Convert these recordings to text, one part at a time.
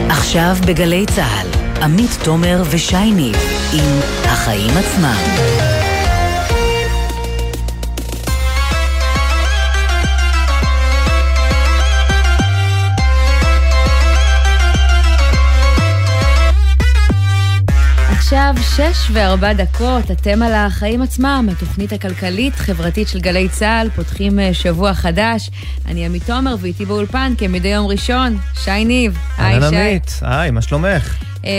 עכשיו בגלי צהל, עמית תומר ושי ניב עם החיים עצמם. עכשיו 6:04, אתם על החיים עצמם, התוכנית הכלכלית-חברתית של גלי צהל, פותחים שבוע חדש. אני עמית תומר ואיתי באולפן כמדי יום ראשון, שי ניב. היי שי. עמית, היי, מה שלומך?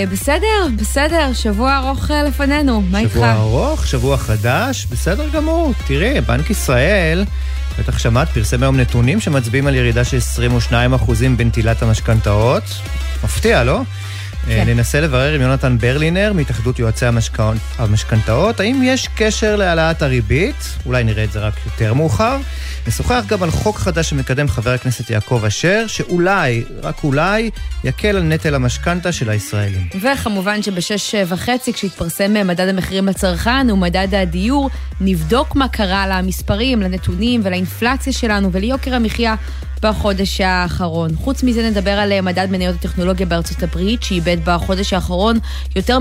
בסדר, שבוע ארוך לפנינו, מה איתך? שבוע ארוך, שבוע חדש, בסדר גמור. תראי, בנק ישראל, בטח שמעת, פרסם היום נתונים שמצביעים על ירידה של 22% בנטילת המשכנתאות. מפתיע, לא? כן. ננסה לברר עם יונתן ברלינר מהתאחדות יועצי המשכנתאות, האם יש קשר להעלאת הריבית, אולי נראה את זה רק יותר מאוחר. נשוחח גם על חוק חדש שמקדם חבר הכנסת יעקב אשר, שאולי, רק אולי, יקל על נטל המשכנתה של הישראלים. וכמובן שב6:30 כשהתפרסם מדד המחירים לצרכן ומדד הדיור, נבדוק מה קרה למספרים, לנתונים ולאינפלציה שלנו וליוקר המחיה בחודש האחרון. חוץ מזה נדבר על מדד מניות הטכנולוגיה בארצות הברית, שאיבד בחודש האחרון יותר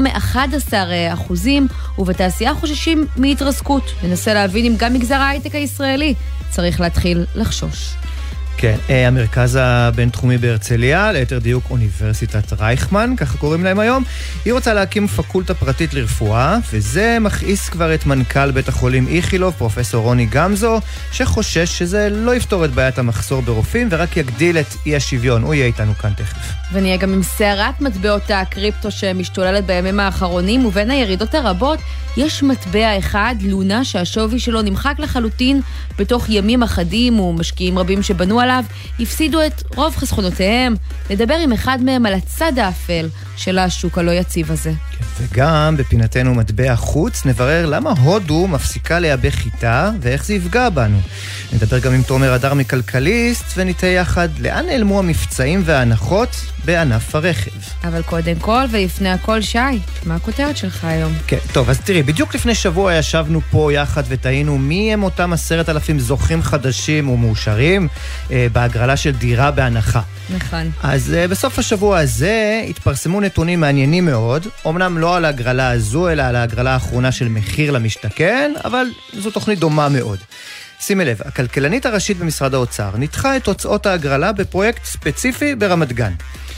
מ11%, ובתעשייה חוששים מהתרסקות. ננסה להבין אם גם מגזר ההייטק הישראלי צריך להתחיל לחשוש. כן, המרכז הבינתחומי בהרצליה, ליתר דיוק אוניברסיטת רייכמן, ככה קוראים להם היום, היא רוצה להקים פקולטה פרטית לרפואה, וזה מכעיס כבר את מנכ"ל בית החולים איכילוב, פרופסור רוני גמזו, שחושש שזה לא יפתור את בעיית המחסור ברופאים, ורק יגדיל את אי השוויון. הוא יהיה איתנו כאן תכף. ונהיה גם עם סערת מטבעות הקריפטו שמשתוללת בימים האחרונים, ובין הירידות הרבות יש מטבע אחד, לונה, שהשווי שלו נמחק לחלוטין בתוך ימים אחדים, ומשקיעים רבים שבנו עליו הפסידו את רוב חסכונותיהם. נדבר עם אחד מהם על הצד האפל של השוק הלא יציב הזה. כן, וגם בפינתנו מטבע חוץ נברר למה הודו מפסיקה לייבא חיטה ואיך זה יפגע בנו. נדבר גם עם תומר אדר מכלכליסט וניתה יחד לאן נעלמו המבצעים וההנחות בענף הרכב. אבל קודם כל ולפני הכל, שי, מה הכותרת שלך היום? כן, טוב, אז תראי, בדיוק לפני שבוע ישבנו פה יחד ותהינו מי הם אותם 10,000 זוכים חדשים ומאושרים בהגרלה של דירה בהנחה. נכון. אז בסוף השבוע הזה התפרסמו נתונים מעניינים מאוד, אמנם לא על ההגרלה הזו, אלא על ההגרלה האחרונה של מחיר למשתכן, אבל זו תוכנית דומה מאוד. שימי לב, הכלכלנית הראשית במשרד האוצר ניתחה את תוצאות ההגרלה בפרויקט ספציפי ברמת גן.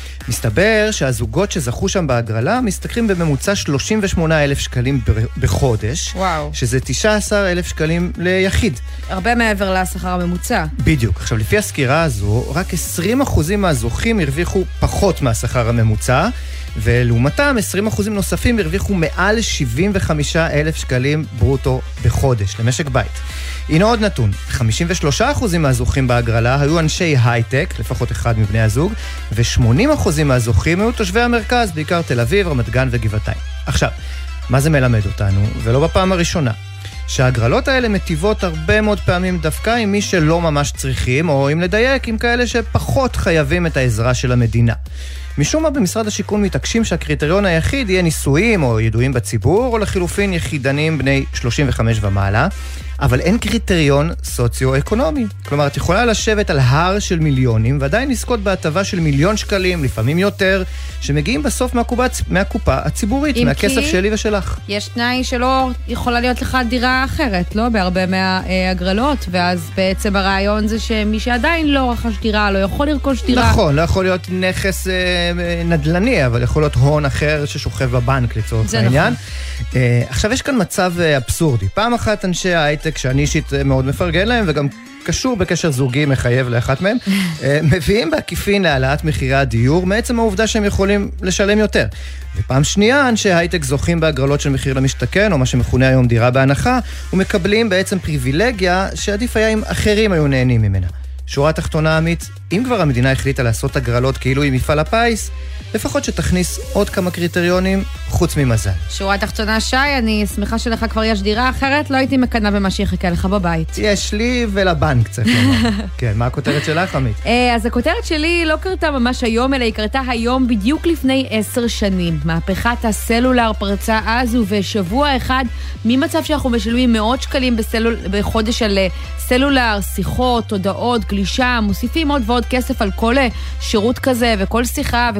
מסתבר שהזוגות שזכו שם בהגרלה משתכרים בממוצע 38,000 שקלים בחודש, וואו. שזה 19,000 שקלים ליחיד. הרבה מעבר לשכר הממוצע. בדיוק. עכשיו, לפי הסקירה הזו, רק 20% מהזוכים הרוויחו פחות מהשכר הממוצע, ולעומתם 20% נוספים הרוויחו מעל 75,000 שקלים ברוטו בחודש למשק בית. הנה עוד נתון, 53% מהזוכים בהגרלה היו אנשי הייטק, לפחות אחד מבני הזוג, ו80% מהזוכים היו תושבי המרכז, בעיקר תל אביב, רמת גן וגבעתיים. עכשיו, מה זה מלמד אותנו? ולא בפעם הראשונה. שההגרלות האלה מטיבות הרבה מאוד פעמים דווקא עם מי שלא ממש צריכים, או אם לדייק, עם כאלה שפחות חייבים את העזרה של המדינה. משום מה במשרד השיכון מתעקשים שהקריטריון היחיד יהיה נישואים או ידועים בציבור, או לחילופין יחידנים בני 35 ומעלה, אבל אין קריטריון סוציו-אקונומי. כלומר, את יכולה לשבת על הר של מיליונים, ועדיין לזכות בהטבה של 1,000,000 שקלים, לפעמים יותר, שמגיעים בסוף מהקופה הציבורית, מהכסף שלי ושלך. יש תנאי שלא יכולה להיות לך דירה אחרת, לא? בהרבה מההגרלות, ואז בעצם הרעיון זה שמי שעדיין לא רכש דירה, לא יכול לרכוש דירה. נכון, לא יכול להיות נכס נדל"ני, אבל יכול להיות הון אחר ששוכב בבנק לצורך העניין. נכון. עכשיו יש כאן מצב אבסורדי. פעם אחת אנשי ההייטק, שאני אישית מאוד מפרגן להם, וגם קשור בקשר זוגי מחייב לאחת מהם, מביאים בעקיפין להעלאת מחירי הדיור, מעצם העובדה שהם יכולים לשלם יותר. ופעם שנייה, אנשי הייטק זוכים בהגרלות של מחיר למשתכן, או מה שמכונה היום דירה בהנחה, ומקבלים בעצם פריבילגיה שעדיף היה אם אחרים היו נהנים ממנה. שורה תחתונה עמית, אם כבר המדינה החליטה לעשות הגרלות כאילו היא מפעל הפיס, לפחות שתכניס עוד כמה קריטריונים חוץ ממזל. שורה תחתונה, שי, אני שמחה שלך כבר יש דירה אחרת, לא הייתי מקנה במה שיחכה לך בבית. יש לי ולבנק צריך לומר. כן, מה הכותרת שלך, עמית? אז הכותרת שלי לא קרתה ממש היום, אלא היא קרתה היום בדיוק לפני 10 שנים. מהפכת הסלולר פרצה אז, ובשבוע אחד, ממצב שאנחנו משלמים מאות שקלים בחודש על סלולר, שיחות, הודעות, גלישה, מוסיפים עוד ועוד כסף על כל שירות כזה, וכל שיחה וכל תו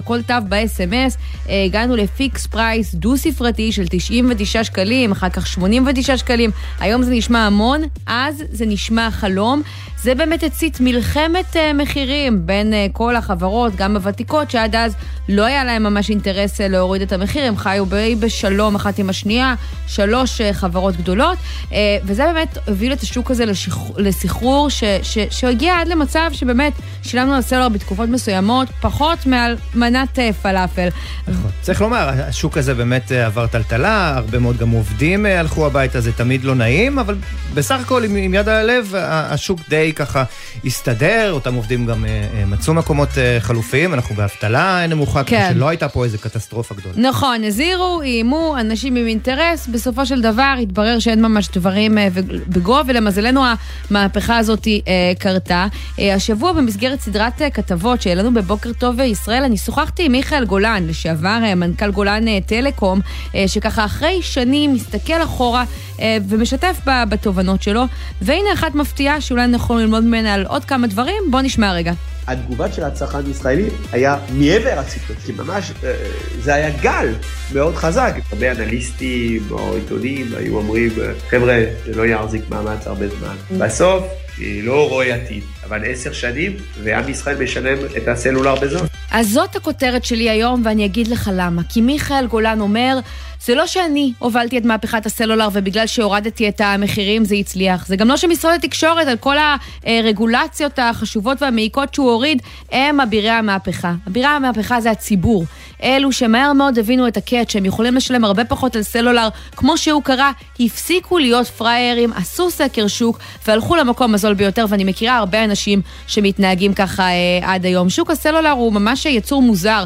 עכשיו ב-SMS, הגענו לפיקס פרייס דו ספרתי של 99 שקלים, אחר כך 89 שקלים, היום זה נשמע המון, אז זה נשמע חלום, זה באמת הצית מלחמת מחירים בין כל החברות, גם הוותיקות, שעד אז לא היה להם ממש אינטרס להוריד את המחיר, הם חיו בשלום אחת עם השנייה, 3 חברות גדולות, וזה באמת הוביל את השוק הזה לסחרור, שהגיע עד למצב שבאמת שילמנו על סלולר בתקופות מסוימות, פחות מעל מנת פלאפל. צריך לומר, השוק הזה באמת עבר טלטלה, הרבה מאוד גם עובדים הלכו הביתה, זה תמיד לא נעים, אבל בסך הכל עם יד על הלב, השוק די ככה הסתדר, אותם עובדים גם מצאו מקומות חלופיים, אנחנו באבטלה נמוכה, כן. שלא הייתה פה איזו קטסטרופה גדולה. נכון, הזהירו, איימו, אנשים עם אינטרס, בסופו של דבר התברר שאין ממש דברים בגו, ולמזלנו המהפכה הזאת קרתה. השבוע במסגרת סדרת כתבות שהעלינו בבוקר טוב ישראל, אני שוחחתי עם מיכאל גולן, לשעבר מנכ"ל גולן טלקום, שככה אחרי שנים מסתכל אחורה ומשתף בתובנות שלו, והנה אחת מפתיעה שאולי אנחנו ללמוד ממנה על עוד כמה דברים, בוא נשמע רגע. התגובה של הצרכן הישראלי היה מעבר הציפיות, כי ממש זה היה גל מאוד חזק. הרבה אנליסטים או עיתונים היו אומרים, חבר'ה, זה לא יחזיק מאמץ הרבה זמן. בסוף, לא רואה עתיד, אבל 10 שנים, ועם ישראל משלם את הסלולר בזאת. אז זאת הכותרת שלי היום, ואני אגיד לך למה. כי מיכאל גולן אומר, זה לא שאני הובלתי את מהפכת הסלולר, ובגלל שהורדתי את המחירים זה הצליח. זה גם לא שמשרד התקשורת, על כל הרגולציות החשובות והמעיקות שהוא הוריד, הם אבירי המהפכה. אבירי המהפכה זה הציבור. אלו שמהר מאוד הבינו את הקט, שהם יכולים לשלם הרבה פחות על סלולר, כמו שהוא קרא, הפסיקו להיות פריירים, עשו סקר שוק, והלכו למקום הזול ביותר, ואני מכירה הרבה אנשים שמתנהגים ככה עד היום. שוק הסלולר הוא ממש יצור מוזר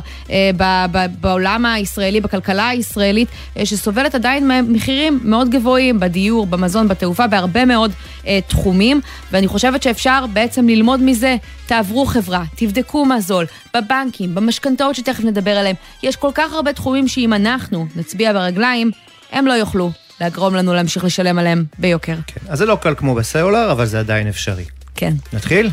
בעולם הישראלי, בכלכלה הישראלית, שסובלת עדיין מחירים מאוד גבוהים בדיור, במזון, בתעופה, בהרבה מאוד תחומים, ואני חושבת שאפשר בעצם ללמוד מזה. תעברו חברה, תבדקו מה זול, בבנקים, במשכנתאות שתכף נדבר עליהם. יש כל כך הרבה תחומים שאם אנחנו נצביע ברגליים, הם לא יוכלו לגרום לנו להמשיך לשלם עליהם ביוקר. כן, אז זה לא קל כמו בסלולר, אבל זה עדיין אפשרי. כן. נתחיל?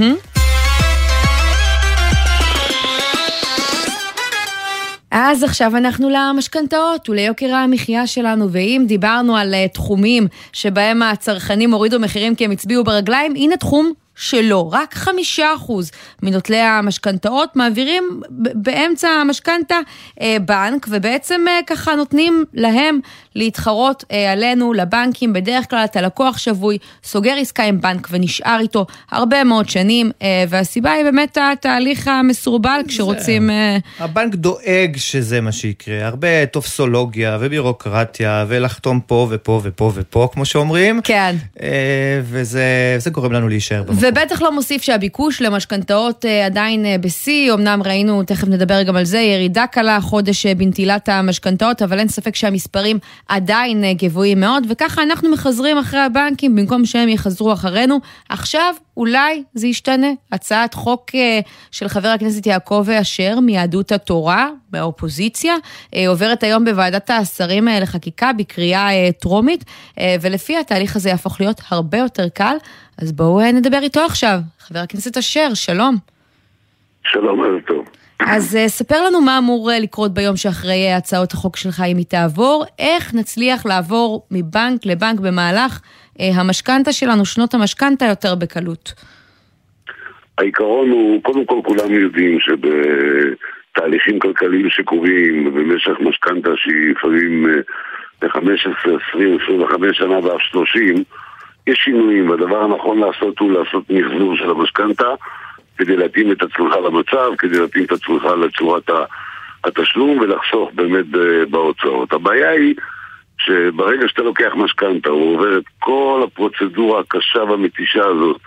אז עכשיו אנחנו למשכנתאות וליוקר המחיה שלנו, ואם דיברנו על תחומים שבהם הצרכנים הורידו מחירים כי הם הצביעו ברגליים, הנה תחום שלא, רק 5% מנוטלי המשכנתאות מעבירים באמצע המשכנתה בנק, ובעצם ככה נותנים להם להתחרות עלינו, לבנקים. בדרך כלל אתה לקוח שבוי, סוגר עסקה עם בנק ונשאר איתו הרבה מאוד שנים, והסיבה היא באמת התהליך המסורבל כשרוצים... הבנק דואג שזה מה שיקרה, הרבה טופסולוגיה ובירוקרטיה, ולחתום פה ופה ופה ופה, כמו שאומרים. כן. וזה גורם לנו להישאר במקום. ובטח לא מוסיף שהביקוש למשכנתאות עדיין בסי, אמנם ראינו, תכף נדבר גם על זה, ירידה קלה חודש בנטילת המשכנתאות, אבל אין ספק שהמספרים עדיין גבוהים מאוד, וככה אנחנו מחזרים אחרי הבנקים, במקום שהם יחזרו אחרינו. עכשיו אולי זה ישתנה. הצעת חוק של חבר הכנסת יעקב אשר מיהדות התורה, באופוזיציה, עוברת היום בוועדת השרים לחקיקה בקריאה טרומית, ולפי התהליך הזה יהפוך להיות הרבה יותר קל. אז בואו נדבר איתו עכשיו. חבר הכנסת אשר, שלום. שלום, ערב טוב. אז ספר לנו מה אמור לקרות ביום שאחרי הצעות החוק שלך אם היא תעבור, איך נצליח לעבור מבנק לבנק במהלך המשכנתה שלנו, שנות המשכנתה יותר בקלות. העיקרון הוא, קודם כל כולם יודעים שבתהליכים כלכליים שקורים במשך משכנתה שהיא לפעמים 15, 20, 25 שנה ואף 30, יש שינויים, והדבר הנכון לעשות הוא לעשות מחזור של המשכנתה, כדי להתאים את עצמך למצב, כדי להתאים את עצמך לצורת התשלום ולחסוך באמת בהוצאות. הבעיה היא שברגע שאתה לוקח משכנתה, הוא עובר את כל הפרוצדורה הקשה והמתישה הזאת.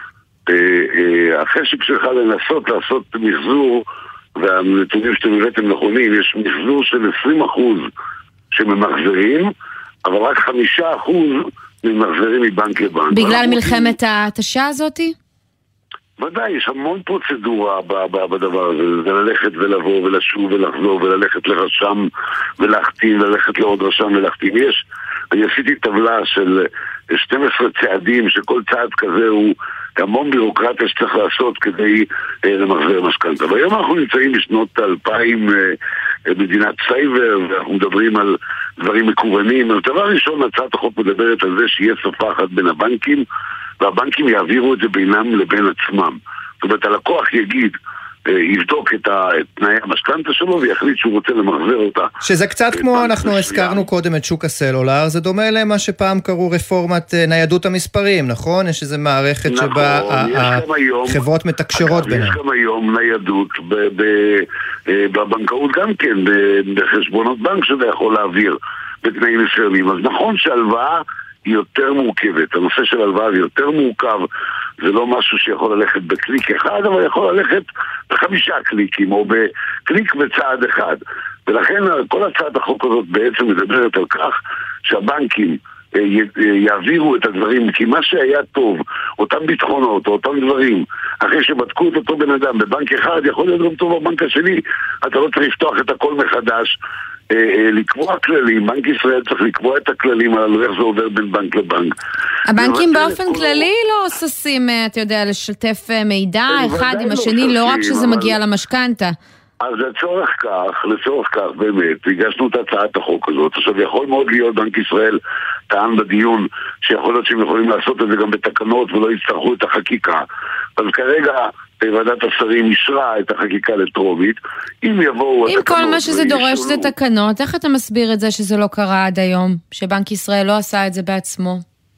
החשק שלך לנסות לעשות מחזור, והנתונים שאתם הבאתם נכונים, יש מחזור של 20% שממחזרים, אבל רק 5% ממחזרים מבנק לבנק. בגלל מלחמת התשה הזאתי? ודאי, יש המון פרוצדורה בדבר הזה, זה ללכת ולבוא ולשוב ולחזור וללכת לרשם ולהחתים, ללכת לעוד רשם ולהחתים. אני עשיתי טבלה של 12 צעדים שכל צעד כזה הוא המון בירוקרטיה שצריך לעשות כדי למחזר משכנתא. והיום אנחנו נמצאים בשנות 2000 מדינת סייבר, ואנחנו מדברים על דברים מקוונים. הדבר ראשון, הצעת החוק מדברת על זה שיהיה שפה אחת בין הבנקים, והבנקים יעבירו את זה בינם לבין עצמם. זאת אומרת, הלקוח יבדוק את תנאי המשכנתא שלו ויחליט שהוא רוצה למחזר אותה. שזה קצת כמו אנחנו הזכרנו קודם את שוק הסלולר, זה דומה למה שפעם קראו רפורמת ניידות המספרים, נכון? יש איזו מערכת שבה החברות מתקשרות ביניהם. יש גם היום ניידות בבנקאות גם כן, בחשבונות בנק שזה יכול להעביר בתנאים מסוימים. אז נכון שהלוואה היא יותר מורכבת, הנושא של הלוואה היא יותר מורכב, זה לא משהו שיכול ללכת בקליק אחד, אבל יכול ללכת ב5 קליקים, או בקליק בצעד אחד. ולכן כל הצעת החוק הזאת בעצם מדברת על כך שהבנקים יעבירו את הדברים, כי מה שהיה טוב, אותם ביטחונות, אותם דברים, אחרי שבדקו את אותו בן אדם בבנק אחד, יכול להיות גם טוב בבנק השני, אתה לא צריך לפתוח את הכל מחדש, לקבוע כללים, בנק ישראל צריך לקבוע את הכללים על איך זה עובר בין בנק לבנק. הבנקים באופן כללי לא עושים, אתה יודע, לשתף מידע אחד עם השני, לא רק שזה מגיע למשכנתא. אז לצורך כך באמת, הגשנו את הצעת החוק הזאת. עכשיו יכול מאוד להיות בנק ישראל טען בדיון שיכול להיות שהם יכולים לעשות את זה גם בתקנות ולא יצטרכו את החקיקה. אז כרגע ועדת השרים אישרה את החקיקה לטרומית. אם יבואו התקנות... אם כל מה שזה דורש זה תקנות, איך אתה מסביר את זה שזה לא קרה עד היום? שבנק ישראל לא עשה את זה בעצמו?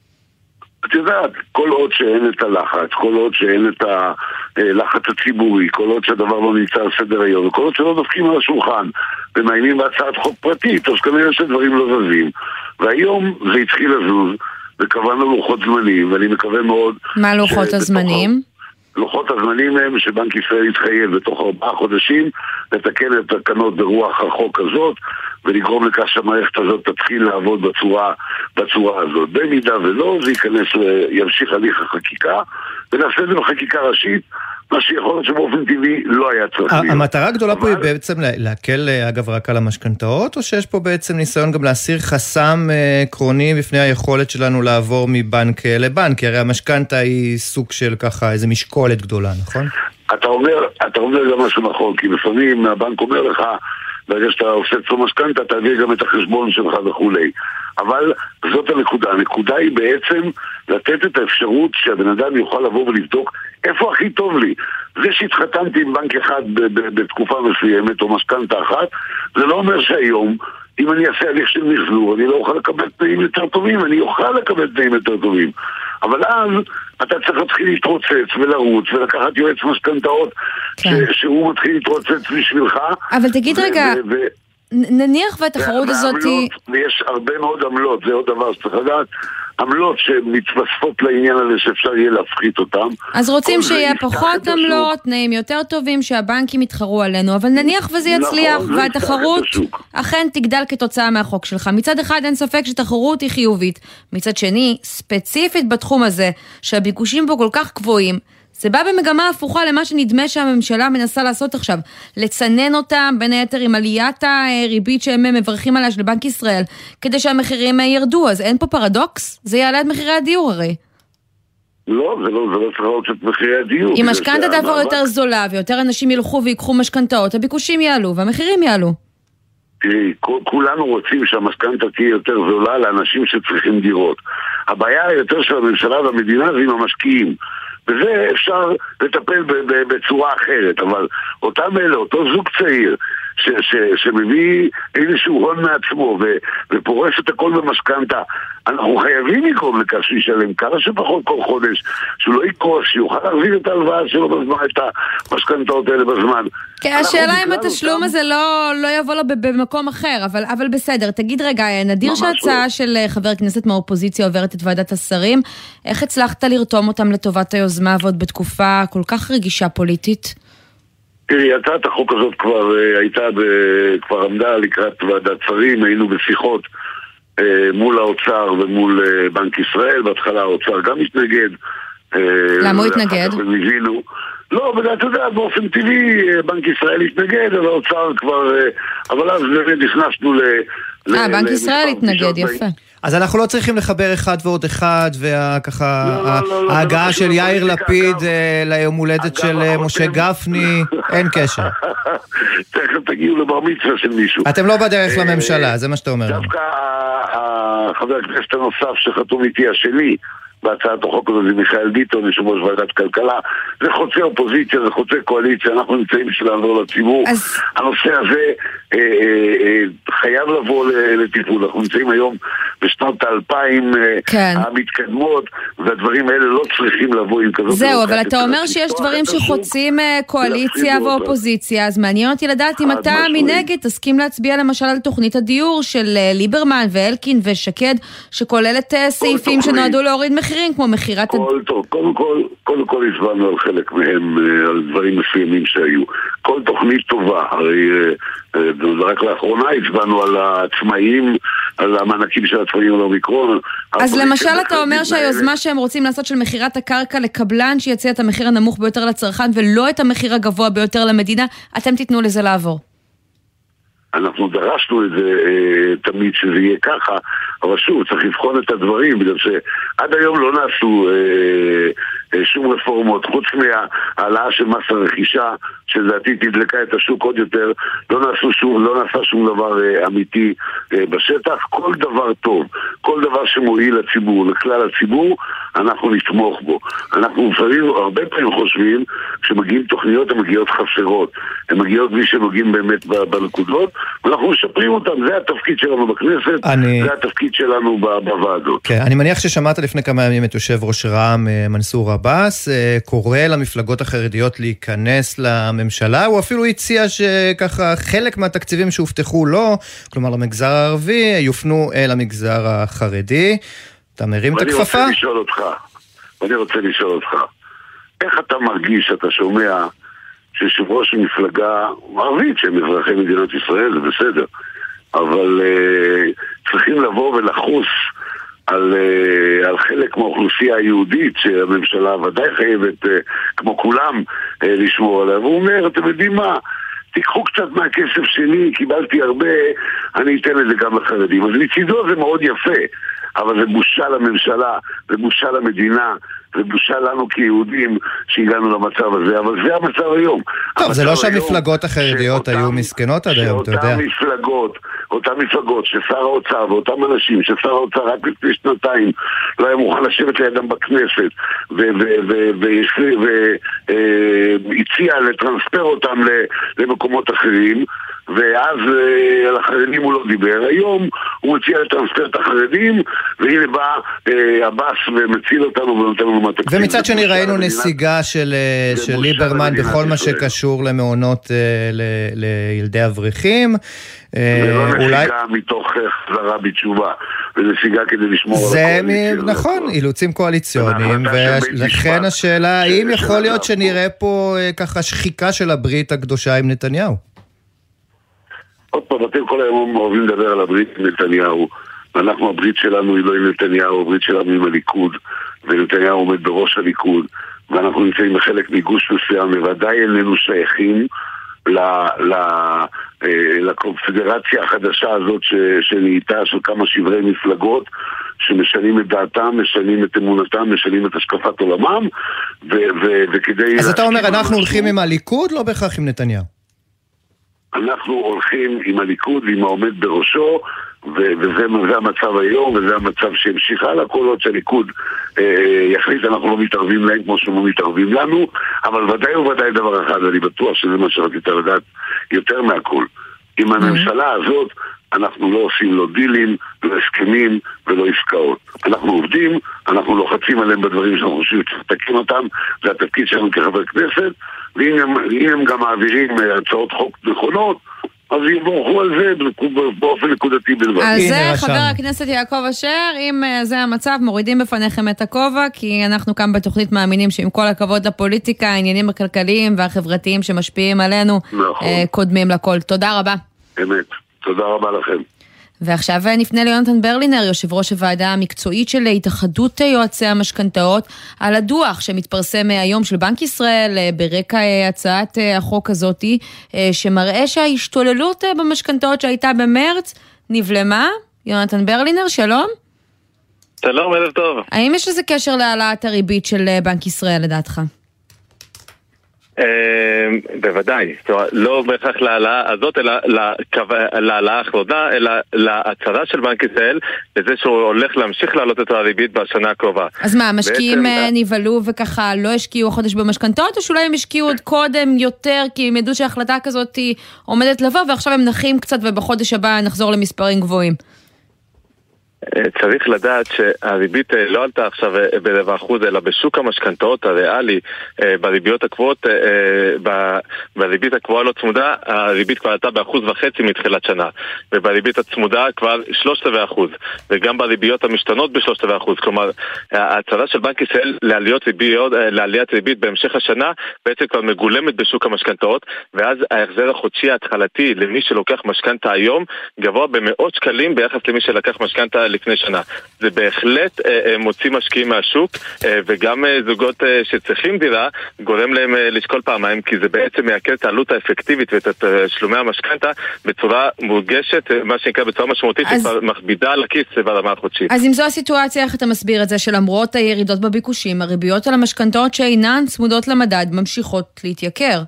את יודעת, כל עוד שאין את הלחץ, כל עוד שאין את הלחץ הציבורי, כל עוד שהדבר לא נמצא על סדר היום, וכל עוד שלא דופקים על השולחן ומאיימים בהצעת חוק פרטית, אז כנראה שדברים לא זזים. והיום זה התחיל לזוז, וקבענו לוחות זמנים, ואני מקווה מאוד... מה לוחות הזמנים? לוחות הזמנים הם שבנק ישראל יתחייב בתוך 4 חודשים לתקן את התקנות ברוח החוק הזאת ולגרום לכך שהמערכת הזאת תתחיל לעבוד בצורה הזאת. במידה ולא, זה ייכנס וימשיך הליך החקיקה ונעשה את זה בחקיקה ראשית, מה שיכול להיות שבאופן טבעי לא היה צריך להיות. המטרה הגדולה פה היא בעצם להקל אגב רק על המשכנתאות, או שיש פה בעצם ניסיון גם להסיר חסם עקרוני בפני היכולת שלנו לעבור מבנק לבנק? הרי המשכנתא היא סוג של ככה איזה משקולת גדולה, נכון? אתה אומר גם משהו נכון, כי לפעמים הבנק אומר לך, ברגע שאתה עושה צום משכנתא, תעביר גם את החשבון שלך וכולי. אבל זאת הנקודה. הנקודה היא בעצם לתת את האפשרות שהבן אדם יוכל לבוא ולבדוק איפה הכי טוב לי. זה שהתחתנתי עם בנק אחד בתקופה מסוימת או משכנתא אחת, זה לא אומר שהיום, אם אני אעשה הליך של מחזור, אני לא אוכל לקבל תנאים יותר טובים, אני אוכל לקבל תנאים יותר טובים. אבל אז אתה צריך להתחיל להתרוצץ ולרוץ ולקחת יועץ משכנתאות שהוא מתחיל להתרוצץ בשבילך. אבל תגיד רגע, נניח והתחרות הזאת... ויש הרבה מאוד עמלות, זה עוד דבר שצריך לדעת, עמלות שמתווספות לעניין הזה שאפשר יהיה להפחית אותם. אז רוצים שיהיה פחות עמלות, תנאים יותר טובים, שהבנקים יתחרו עלינו, אבל נניח וזה יצליח, והתחרות אכן תגדל כתוצאה מהחוק שלך. מצד אחד אין ספק שתחרות היא חיובית, מצד שני, ספציפית בתחום הזה, שהביקושים בו כל כך גבוהים, זה בא במגמה הפוכה למה שנדמה שהממשלה מנסה לעשות עכשיו, לצנן אותם בין היתר עם עליית הריבית שהם מברכים עליה של בנק ישראל, כדי שהמחירים ירדו. אז אין פה פרדוקס? זה יעלה את מחירי הדיור הרי. לא, זה לא צריך לעלות את מחירי הדיור. אם משכנתא תעבור יותר זולה ויותר אנשים ילכו ויקחו משכנתאות, הביקושים יעלו והמחירים יעלו. תראי, כולנו רוצים שהמשכנתא תהיה יותר זולה לאנשים שצריכים דירות. הבעיה היותר של הממשלה והמדינה זה עם המשקיעים. וזה אפשר לטפל בצורה אחרת, אבל אותם אלה, אותו זוג צעיר שמביא איזשהו הון מעצמו ופורס את הכל במשכנתא, אנחנו חייבים לגרום לכך שישלם כמה שפחות כל חודש, שהוא לא יקרוס, שיוכל להחזיר את ההלוואה שלו בזמן, את המשכנתאות האלה בזמן. כן, השאלה אם התשלום הזה לא יבוא לו במקום אחר, אבל בסדר. תגיד רגע, נדיר שההצעה של חבר כנסת מהאופוזיציה עוברת את ועדת השרים, איך הצלחת לרתום אותם לטובת היוזמה ועוד בתקופה כל כך רגישה פוליטית? תראי, הצעת החוק הזאת כבר עמדה לקראת ועדת שרים, היינו בשיחות מול האוצר ומול בנק ישראל, בהתחלה האוצר גם התנגד. למה הוא התנגד? לא, אתה יודע, באופן טבעי בנק ישראל התנגד, אבל האוצר כבר, אבל אז נכנסנו בנק ישראל התנגד, יפה. אז אנחנו לא צריכים לחבר אחד ועוד אחד, וככה ההגעה של יאיר לפיד ליום הולדת של משה גפני, אין קשר. תכף תגיעו לבר מצווה של מישהו. אתם לא בדרך לממשלה, זה מה שאתה אומר. דווקא חבר הכנסת הנוסף שחתום איתי השני, בהצעת החוק הזו זה מיכאל ביטון, יושב ראש ועדת כלכלה, זה חוצה אופוזיציה, זה חוצה קואליציה, אנחנו נמצאים בשביל לעזור לציבור. הנושא הזה חייב לבוא לטיפול, אנחנו נמצאים היום בשנות ה-2000 המתקדמות, והדברים האלה לא צריכים לבוא עם כזאת... זהו, אבל אתה אומר שיש דברים שחוצים קואליציה ואופוזיציה, אז מעניין אותי לדעת אם אתה מנגד תסכים להצביע למשל על תוכנית הדיור של ליברמן ואלקין ושקד, שכוללת סעיפים שנועדו להוריד מחירים, כמו מחירת... קודם כל הסברנו על חלק מהם, על דברים מסוימים שהיו. כל תוכנית טובה, הרי רק לאחרונה הסברנו על העצמאים, על המענקים של העצמאים על האומיקרון. אז למשל אתה אומר שהיוזמה שהם רוצים לעשות של מחירת הקרקע לקבלן שיציע את המחיר הנמוך ביותר לצרכן ולא את המחיר הגבוה ביותר למדינה, אתם תיתנו לזה לעבור. אנחנו דרשנו את זה תמיד שזה יהיה ככה, אבל שוב, צריך לבחון את הדברים, בגלל שעד היום לא נעשו שום רפורמות, חוץ מהעלאה של מס הרכישה, שלדעתי תדלקה את השוק עוד יותר, לא נעשה שום דבר אמיתי בשטח. כל דבר טוב, כל דבר שמועיל לציבור, לכלל הציבור, אנחנו נתמוך בו. אנחנו הרבה פעמים חושבים שמגיעים תוכניות, הן מגיעות חסרות, הן מגיעות מי שנוגעים באמת בנקודות, ואנחנו משפרים אותם, זה התפקיד שלנו בכנסת, זה התפקיד שלנו בוועדות. כן, אני מניח ששמעת לפני כמה ימים את יושב ראש רע"מ מנסור עבאס, קורא למפלגות החרדיות להיכנס לממשלה, הוא אפילו הציע שככה חלק מהתקציבים שהובטחו לו, כלומר למגזר הערבי, יופנו למגזר החרדי. אתה מרים את הכפפה? ואני רוצה לשאול אותך, איך אתה מרגיש, אתה שומע שיושב ראש מפלגה ערבית שהם אזרחי מדינת ישראל, זה בסדר, אבל צריכים לבוא ולחוס על חלק מהאוכלוסייה היהודית שהממשלה ודאי חייבת כמו כולם לשמור עליה, והוא אומר, אתם יודעים מה, תיקחו קצת מהכסף שלי, קיבלתי הרבה, אני אתן את זה גם לחרדים. אז מצידו זה מאוד יפה, אבל זה בושה לממשלה, זה בושה למדינה, זה בושה לנו כיהודים שהגענו למצב הזה, אבל זה המצב היום. טוב, זה לא שהמפלגות החרדיות היו מסכנות עד היום, אתה יודע. אותם מפלגות ששר האוצר ואותם אנשים ששר האוצר רק לפני שנתיים לא היה מוכן לשבת לידם בכנסת והציע לטרנספר אותם למקומות אחרים, ואז על החרדים הוא לא דיבר. היום הוא מציע לטרנספר את החרדים, והנה בא הבאס ומציל אותנו ונותן לנו מהתקציב. ומצד שני ראינו נסיגה של ליברמן בכל מה שקשור למעונות לילדי אברכים. זה לא נסיגה מתוך חזרה בתשובה, זה נסיגה כדי לשמור על הקואליציה. נכון, אילוצים קואליציוניים, ולכן השאלה, האם יכול להיות שנראה פה ככה שחיקה של הברית הקדושה עם נתניהו? עוד פעם, אתם כל היום אוהבים לדבר על הברית עם נתניהו, ואנחנו, הברית שלנו היא לא עם נתניהו, הברית שלנו עם הליכוד, ונתניהו עומד בראש הליכוד, ואנחנו נמצאים בחלק מגוש מסוים, ובוודאי איננו שייכים לקונפדרציה החדשה הזאת שנהייתה של כמה שברי מפלגות שמשנים את דעתם, משנים את אמונתם, משנים את השקפת עולמם, וכדי... אז אתה אומר, אנחנו הולכים עם הליכוד, לא בהכרח עם נתניהו? אנחנו הולכים עם הליכוד, עם העומד בראשו, וזה המצב היום, וזה המצב שהמשיך הלאה. כל עוד שהליכוד יחליט, אנחנו לא מתערבים להם כמו שהם לא מתערבים לנו, אבל ודאי וודאי דבר אחד, אני בטוח שזה מה שרצית לדעת יותר מהכל. עם הממשלה הזאת, אנחנו לא עושים לו דילים, לא הסכמים ולא עסקאות. אנחנו עובדים, אנחנו לוחצים עליהם בדברים שאנחנו חושבים שתקים אותם, זה התפקיד שלנו כחבר כנסת, ואם הם גם מעבירים הצעות חוק נכונות, אז יבורכו על זה באופן נקודתי בלבד. אז זה חבר הכנסת יעקב אשר, אם זה המצב, מורידים בפניכם את הכובע, כי אנחנו כאן בתוכנית מאמינים שעם כל הכבוד לפוליטיקה, העניינים הכלכליים והחברתיים שמשפיעים עלינו, קודמים לכל. תודה רבה. אמת, תודה רבה לכם. ועכשיו נפנה ליונתן ברלינר, יושב ראש הוועדה המקצועית של התאחדות יועצי המשכנתאות, על הדוח שמתפרסם היום של בנק ישראל ברקע הצעת החוק הזאת, שמראה שההשתוללות במשכנתאות שהייתה במרץ נבלמה. יונתן ברלינר, שלום. שלום, ערב טוב. האם יש לזה קשר להעלאת הריבית של בנק ישראל לדעתך? בוודאי, לא בהכרח להעלאה הזאת, אלא להעלאה האחרונה, אלא להצהרה של בנק ישראל לזה שהוא הולך להמשיך להעלות את הריבית בשנה הקרובה. אז מה, המשקיעים נבלו וככה לא השקיעו החודש במשכנתאות, או שאולי הם השקיעו עוד קודם יותר, כי הם ידעו שההחלטה כזאת עומדת לבוא, ועכשיו הם נחים קצת ובחודש הבא נחזור למספרים גבוהים? צריך לדעת שהריבית לא עלתה עכשיו ב1%, אלא בשוק המשכנתאות הריאלי, בריביות הקבועות, בריבית הקבועה לא צמודה, הריבית כבר עלתה ב1.5% מתחילת שנה, ובריבית הצמודה כבר 0.75%, וגם בריביות המשתנות ב0.75%. כלומר, ההצהרה של בנק ישראל לעליית ריבית בהמשך השנה בעצם כבר מגולמת בשוק המשכנתאות, ואז ההחזר החודשי ההתחלתי למי שלוקח משכנתה היום גבוה במאות שקלים ביחס למי שלקח משכנתה לפני שנה. זה בהחלט מוציא משקיעים מהשוק, וגם זוגות שצריכים דירה גורם להם לשקול פעמיים, כי זה בעצם מייקר את העלות האפקטיבית ואת שלומי המשכנתה בצורה מורגשת, מה שנקרא בצורה משמעותית, שכבר מכבידה על הכיס ברמה החודשית. אז אם זו הסיטואציה, איך אתה מסביר את זה שלמרות הירידות בביקושים, הריביות על המשכנתאות שאינן צמודות למדד ממשיכות להתייקר?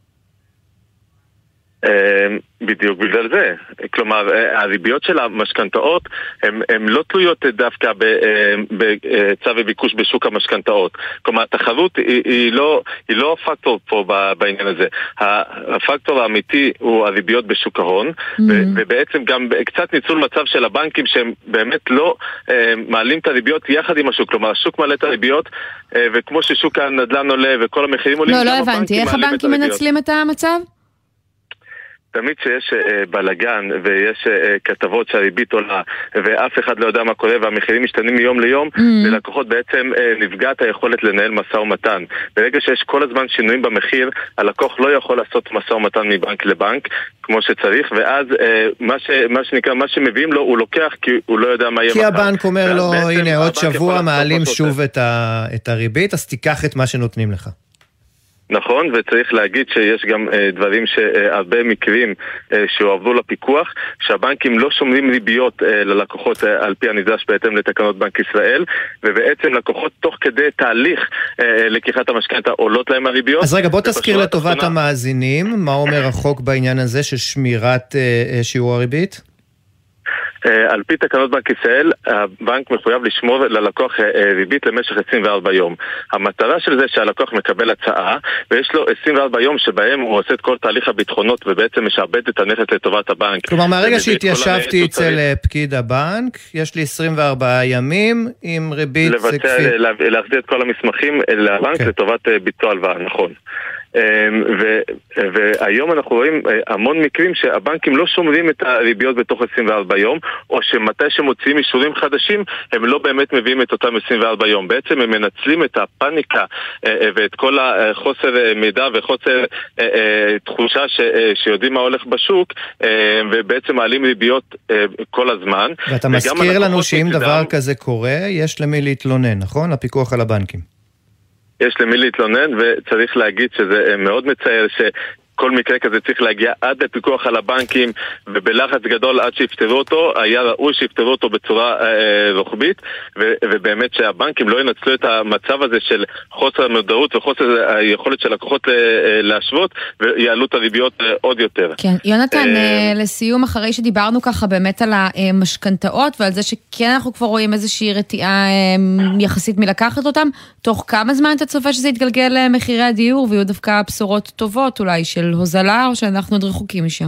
בדיוק בגלל זה. כלומר, הריביות של המשכנתאות הן לא תלויות דווקא בצו וביקוש בשוק המשכנתאות. כלומר, התחרות היא לא הפקטור פה בעניין הזה. הפקטור האמיתי הוא הריביות בשוק ההון, ובעצם גם קצת ניצול מצב של הבנקים שהם באמת לא מעלים את הריביות יחד עם השוק. כלומר, השוק מעלה את הריביות, וכמו ששוק הנדל"ן עולה וכל המחירים עולים, לא הבנתי. איך הבנקים מנצלים את המצב? תמיד שיש בלגן ויש כתבות שהריבית עולה ואף אחד לא יודע מה קורה והמחירים משתנים מיום ליום, ללקוחות בעצם נפגעת היכולת לנהל משא ומתן. ברגע שיש כל הזמן שינויים במחיר, הלקוח לא יכול לעשות משא ומתן מבנק לבנק כמו שצריך, ואז מה שמביאים לו הוא לוקח כי הוא לא יודע מה יהיה מחר. כי הבנק אומר לו, הנה עוד שבוע מעלים שוב את הריבית, אז תיקח את מה שנותנים לך. נכון, וצריך להגיד שיש גם דברים שהרבה מקרים שהועברו לפיקוח, שהבנקים לא שומרים ריביות ללקוחות על פי הנדרש בהתאם לתקנות בנק ישראל, ובעצם לקוחות תוך כדי תהליך לקיחת המשכנתה עולות להם הריביות. אז רגע, בוא תזכיר לטובת המאזינים, מה אומר החוק בעניין הזה של שמירת שיעור הריבית? על פי תקנות בנק ישראל, הבנק מחויב לשמור ללקוח ריבית למשך 24 יום. המטרה של זה שהלקוח מקבל הצעה, ויש לו 24 יום שבהם הוא עושה את כל תהליך הביטחונות, ובעצם משעבד את הנכס לטובת הבנק. כלומר, מהרגע שהתיישבתי אצל פקיד הבנק, יש לי 24 ימים עם ריבית... להחזיר את כל המסמכים לבנק לטובת ביצוע הלוואה, נכון. והיום אנחנו רואים המון מקרים שהבנקים לא שומרים את הריביות בתוך 24 יום, או שמתי שמוציאים אישורים חדשים הם לא באמת מביאים את אותם 24 יום. בעצם הם מנצלים את הפאניקה ואת כל החוסר מידע וחוסר תחושה שיודעים מה הולך בשוק, ובעצם מעלים ריביות כל הזמן. ואתה מזכיר לנו שאם דבר כזה קורה, יש למי להתלונן, נכון? הפיקוח על הבנקים. יש למי להתלונן, וצריך להגיד שזה מאוד מצער כל מקרה כזה צריך להגיע עד לפיקוח על הבנקים, ובלחץ גדול עד שיפתרו אותו. היה ראוי שיפתרו אותו בצורה רוחבית, ובאמת שהבנקים לא ינצלו את המצב הזה של חוסר המודעות וחוסר היכולת של לקוחות להשוות, ויעלו את הריביות עוד יותר. כן, יונתן, לסיום, אחרי שדיברנו ככה באמת על המשכנתאות, ועל זה שכן אנחנו כבר רואים איזושהי רתיעה יחסית מלקחת אותם, תוך כמה זמן אתה צופה שזה יתגלגל למחירי הדיור, ויהיו דווקא בשורות טובות אולי של הוזלה, או שאנחנו עוד רחוקים משם?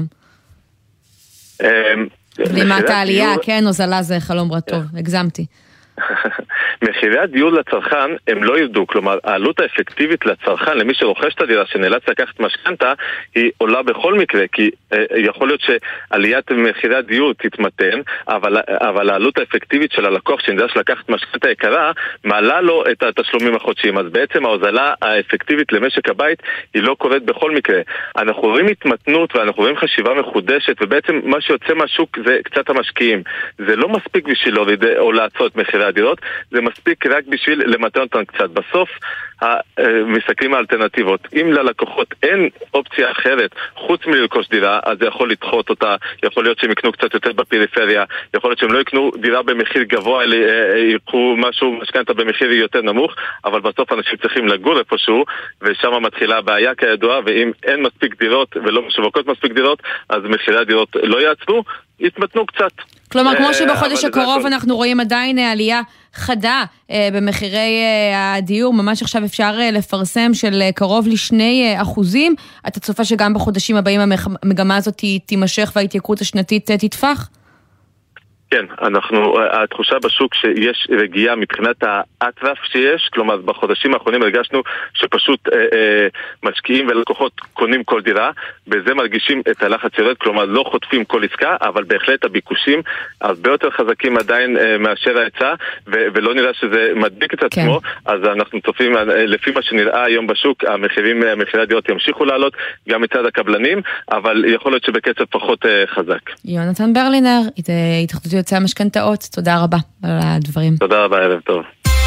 בלימת העלייה, כן, הוזלה זה חלום רטוב, הגזמתי. מחירי הדיור לצרכן הם לא ירדו, כלומר העלות האפקטיבית לצרכן, למי שרוכש את הדירה שנאלץ לקחת משכנתה, היא עולה בכל מקרה, כי יכול להיות שעליית מחירי הדיור תתמתן, אבל העלות האפקטיבית של הלקוח שנדרש לקחת משכנתה יקרה, מעלה לו את התשלומים החודשיים. אז בעצם ההוזלה האפקטיבית למשק הבית היא לא קורית בכל מקרה. אנחנו רואים התמתנות ואנחנו רואים חשיבה מחודשת, ובעצם מה שיוצא מהשוק זה קצת המשקיעים. זה לא מספיק בשביל להוריד או לעצור את מחירי הדירות, זה מספיק רק בשביל למתן אותם קצת. בסוף מסתכלים על האלטרנטיבות. אם ללקוחות אין אופציה אחרת חוץ מלרכוש דירה, אז זה יכול לדחות אותה, יכול להיות שהם יקנו קצת יותר בפריפריה, יכול להיות שהם לא יקנו דירה במחיר גבוה, אלא יקחו משהו משכנתה במחיר יותר נמוך, אבל בסוף אנשים צריכים לגור איפשהו, ושם מתחילה הבעיה כידוע, ואם אין מספיק דירות ולא משווקות מספיק דירות, אז מחירי הדירות לא יעצרו, יתמתנו קצת. כלומר, כמו שבחודש הקרוב אנחנו רואים עדיין עלייה חדה במחירי הדיור, ממש עכשיו אפשר לפרסם של קרוב ל2%. אתה צופה שגם בחודשים הבאים המגמה הזאת תימשך וההתייקרות השנתית תתפח? כן, התחושה בשוק שיש רגיעה מבחינת האטרף שיש, כלומר בחודשים האחרונים הרגשנו שפשוט משקיעים ולקוחות קונים כל דירה, בזה מרגישים את הלחץ יורד, כלומר לא חוטפים כל עסקה, אבל בהחלט הביקושים הרבה יותר חזקים עדיין מאשר ההיצע, ולא נראה שזה מדביק את עצמו, אז אנחנו צופים, לפי מה שנראה היום בשוק, מחירי הדירות ימשיכו לעלות, גם מצד הקבלנים, אבל יכול להיות שבקצב פחות חזק. יונתן ברלינר, התאחדות יועצי המשכנתאות, תודה רבה על הדברים. תודה רבה, ערב טוב.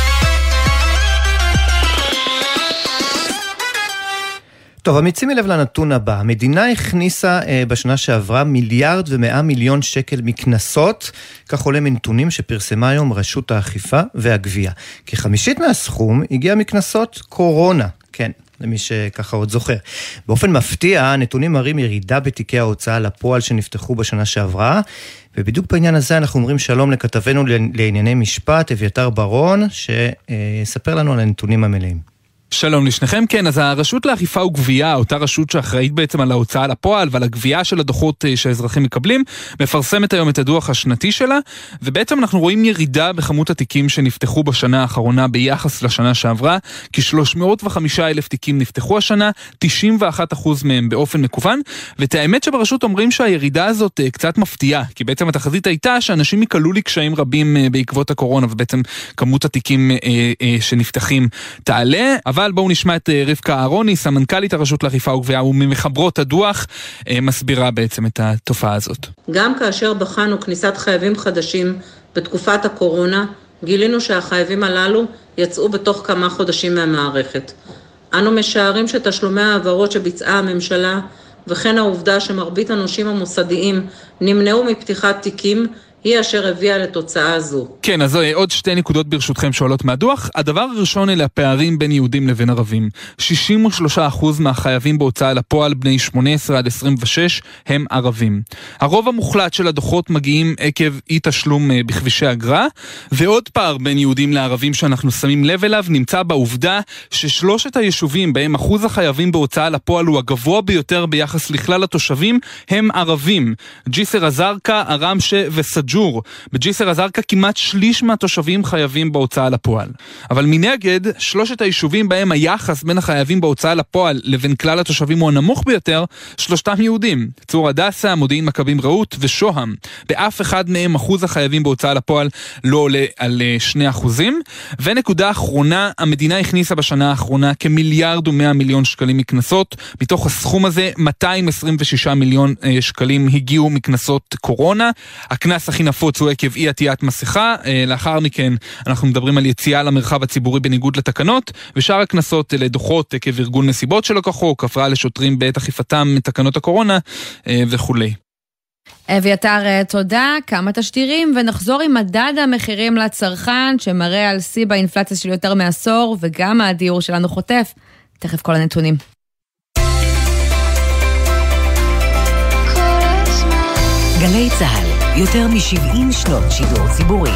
טוב, עמיצים לב לנתון הבא. המדינה הכניסה בשנה שעברה 1.1 מיליארד שקל מקנסות, כך עולה מנתונים שפרסמה היום רשות האכיפה והגבייה. כ50% מהסכום הגיע מקנסות קורונה, כן, למי שככה עוד זוכר. באופן מפתיע, הנתונים מראים ירידה בתיקי ההוצאה לפועל שנפתחו בשנה שעברה, ובדיוק בעניין הזה אנחנו אומרים שלום לכתבנו לענייני משפט, אביתר ברון, שספר לנו על הנתונים המלאים. שלום לשניכם. כן, אז הרשות לאכיפה וגבייה, אותה רשות שאחראית בעצם על ההוצאה לפועל ועל הגבייה של הדוחות שהאזרחים מקבלים, מפרסמת היום את הדוח השנתי שלה, ובעצם אנחנו רואים ירידה בכמות התיקים שנפתחו בשנה האחרונה ביחס לשנה שעברה, כ-305,000 תיקים נפתחו השנה, 91% מהם באופן מקוון, ואת האמת שברשות אומרים שהירידה הזאת קצת מפתיעה, כי בעצם התחזית הייתה שאנשים יקלו לקשיים רבים בעקבות הקורונה, ובעצם כמות התיקים שנפתחים תעלה, אבל בואו נשמע את רבקה אהרוני, סמנכ"לית הרשות לאכיפה וגבייה וממחברות הדוח, מסבירה בעצם את התופעה הזאת. גם כאשר בחנו כניסת חייבים חדשים בתקופת הקורונה, גילינו שהחייבים הללו יצאו בתוך כמה חודשים מהמערכת. אנו משערים שתשלומי העברות שביצעה הממשלה, וכן העובדה שמרבית הנושים המוסדיים נמנעו מפתיחת תיקים, היא אשר הביאה לתוצאה זו. כן, אז עוד שתי נקודות ברשותכם שעולות מהדוח. הדבר הראשון אלה הפערים בין יהודים לבין ערבים. 63% מהחייבים בהוצאה לפועל בני 18 עד 26 הם ערבים. הרוב המוחלט של הדוחות מגיעים עקב אי תשלום בכבישי אגרה, ועוד פער בין יהודים לערבים שאנחנו שמים לב אליו נמצא בעובדה ששלושת היישובים בהם אחוז החייבים בהוצאה לפועל הוא הגבוה ביותר ביחס לכלל התושבים הם ערבים. ג'יסר א-זרקא, עראמשה וסג'ור. בג'יסר א-זרקא כמעט שליש מהתושבים חייבים בהוצאה לפועל. אבל מנגד, שלושת היישובים בהם היחס בין החייבים בהוצאה לפועל לבין כלל התושבים הוא הנמוך ביותר, שלושתם יהודים. צור הדסה, מודיעין מכבים רעות ושוהם. באף אחד מהם אחוז החייבים בהוצאה לפועל לא עולה על 2%. ונקודה אחרונה, המדינה הכניסה בשנה האחרונה כ1.1 מיליארד שקלים מקנסות. מתוך הסכום הזה, 226 מיליון שקלים הגיעו מקנסות קורונה. הקנס הכי נפוץ הוא עקב אי עטיית מסכה, לאחר מכן אנחנו מדברים על יציאה למרחב הציבורי בניגוד לתקנות, ושאר הקנסות לדוחות עקב ארגון נסיבות שלא כחוק, הפרעה לשוטרים בעת אכיפתם מתקנות הקורונה וכו'. אביתר, תודה. כמה תשדירים ונחזור עם מדד המחירים לצרכן שמראה על שיא באינפלציה של יותר מעשור, וגם הדיור שלנו חוטף. תכף כל הנתונים. גלי צהל, יותר מ-70 שנות שידור ציבורי.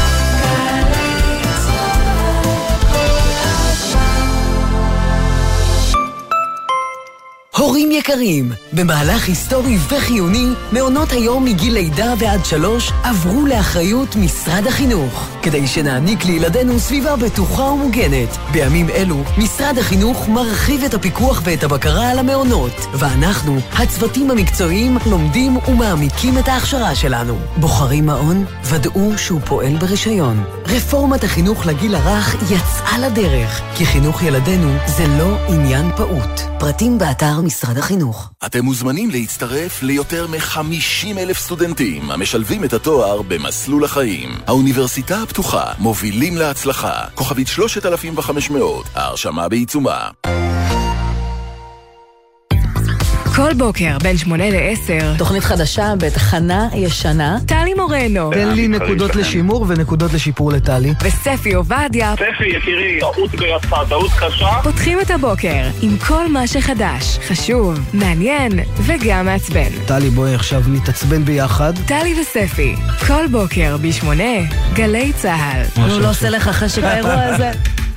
הורים יקרים, במהלך היסטורי וחיוני, מעונות היום מגיל לידה ועד 3 עברו לאחריות משרד החינוך, כדי שנעניק לילדינו סביבה בטוחה ומוגנת. בימים אלו, משרד החינוך מרחיב את הפיקוח ואת הבקרה על המעונות, ואנחנו, הצוותים המקצועיים, לומדים ומעמיקים את ההכשרה שלנו. בוחרים מעון? ודאו שהוא פועל ברישיון. רפורמת החינוך לגיל הרך יצאה לדרך, כי חינוך ילדינו זה לא עניין פעוט. פרטים באתר משרד החינוך. אתם מוזמנים להצטרף ליותר מ-50,000 סטודנטים המשלבים את התואר במסלול החיים. האוניברסיטה הפתוחה, מובילים להצלחה. כוכבית 3500, ההרשמה בעיצומה. כל בוקר בין 8 ל-10 תוכנית חדשה בתחנה ישנה. טלי מורנו. תן לי נקודות לשימור ונקודות לשיפור לטלי. וספי עובדיה. ספי, יקירי, טעות ביצה, טעות קשה. פותחים את הבוקר עם כל מה שחדש, חשוב, מעניין וגם מעצבן. טלי, בואי עכשיו נתעצבן ביחד. טלי וספי, כל בוקר ב8 גלי צהל. הוא לא עושה לך חשק האירוע הזה.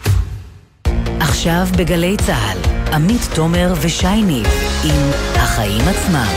עכשיו בגלי צהל, עמית תומר ושייני עם החיים עצמם.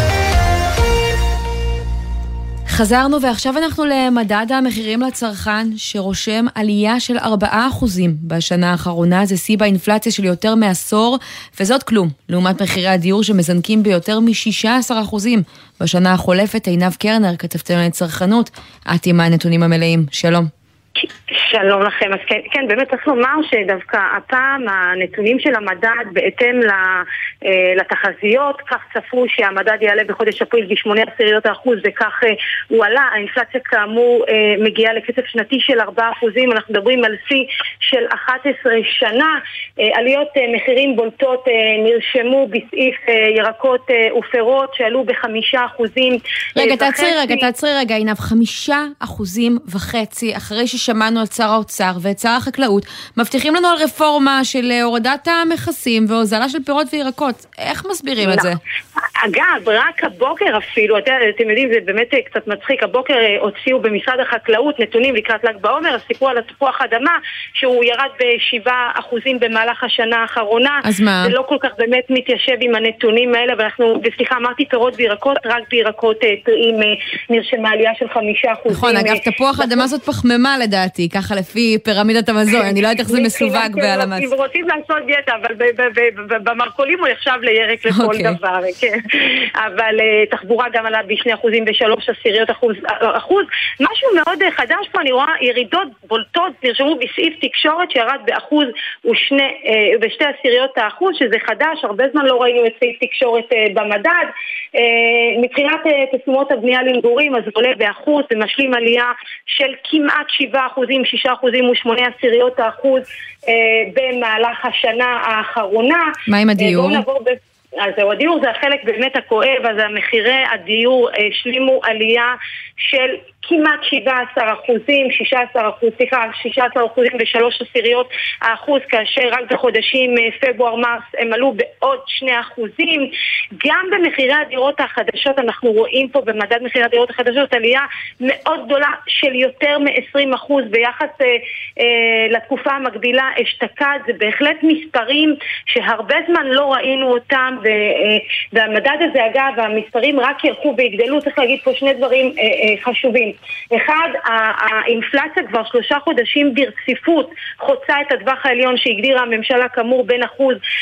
חזרנו ועכשיו אנחנו למדד המחירים לצרכן שרושם עלייה של 4% בשנה האחרונה. זה שיא באינפלציה של יותר מעשור, וזאת כלום לעומת מחירי הדיור שמזנקים ביותר מ-16% בשנה החולפת. עינב קרנר, כתבתנו לצרכנות, את עם הנתונים המלאים. שלום. שלום לכם. אז כן, באמת צריך לומר שדווקא הפעם הנתונים של המדד בהתאם לתחזיות, כך צפו שהמדד יעלה בחודש אפריל ב0.8%, וכך הוא עלה. האינפלציה כאמור מגיעה לקצב שנתי של 4%, אנחנו מדברים על שיא של 11 שנה. עליות מחירים בולטות נרשמו בסעיף ירקות ופירות שעלו ב5%. רגע, תעצרי רגע, עינב, 5.5% אחרי ששמענו את שר האוצר ואת שר החקלאות, מבטיחים לנו על רפורמה של הורדת המכסים והוזלה של פירות וירקות. איך מסבירים את זה? אגב, רק הבוקר אפילו, אתם יודעים, זה באמת קצת מצחיק, הבוקר הוציאו במשרד החקלאות נתונים לקראת ל"ג בעומר, אז סיפרו על תפוח אדמה, שהוא ירד ב7% במהלך השנה האחרונה. אז מה? זה לא כל כך באמת מתיישב עם הנתונים האלה, ואנחנו, בסליחה, אמרתי פירות וירקות, רק בירקות טריים נרשמה עלייה של 5%. נכון, אגב, תפוח אדמה זאת פחמימה לדעתי, ככה לפי פירמידת המזון, אני לא יודעת איך זה מסווג בהלמ"ס. אם רוצים לעשות דיאטה, אבל במרקולים הוא יחשב לירק לכל דבר, כן. אבל תחבורה גם עלה ב2% ב3.1%. משהו מאוד חדש פה, אני רואה ירידות בולטות, נרשמו בסעיף תקשורת שירד ב2.2%, שזה חדש, הרבה זמן לא ראינו את סעיף תקשורת במדד. מבחינת תשומות הבנייה למגורים, אז עולה ב1%, ומשלים עלייה של כמעט 7%, 6.8% במהלך השנה האחרונה. מה עם הדיור? אז זהו, הדיור זה החלק באמת הכואב, אז המחירי הדיור השלימו עלייה של כמעט 16%, 16.3%, כאשר רק בחודשים פברואר-מרס הם עלו בעוד 2%. גם במחירי הדירות החדשות, אנחנו רואים פה במדד מחירי הדירות החדשות עלייה מאוד גדולה של יותר מ-20% ביחס לתקופה המקבילה אשתקד. זה בהחלט מספרים שהרבה זמן לא ראינו אותם, והמדד הזה, אגב, המספרים רק ילכו ויגדלו. צריך להגיד פה שני דברים חשובים. אחד, האינפלציה כבר 3 חודשים ברציפות חוצה את הטווח העליון שהגדירה הממשלה כאמור בין 1%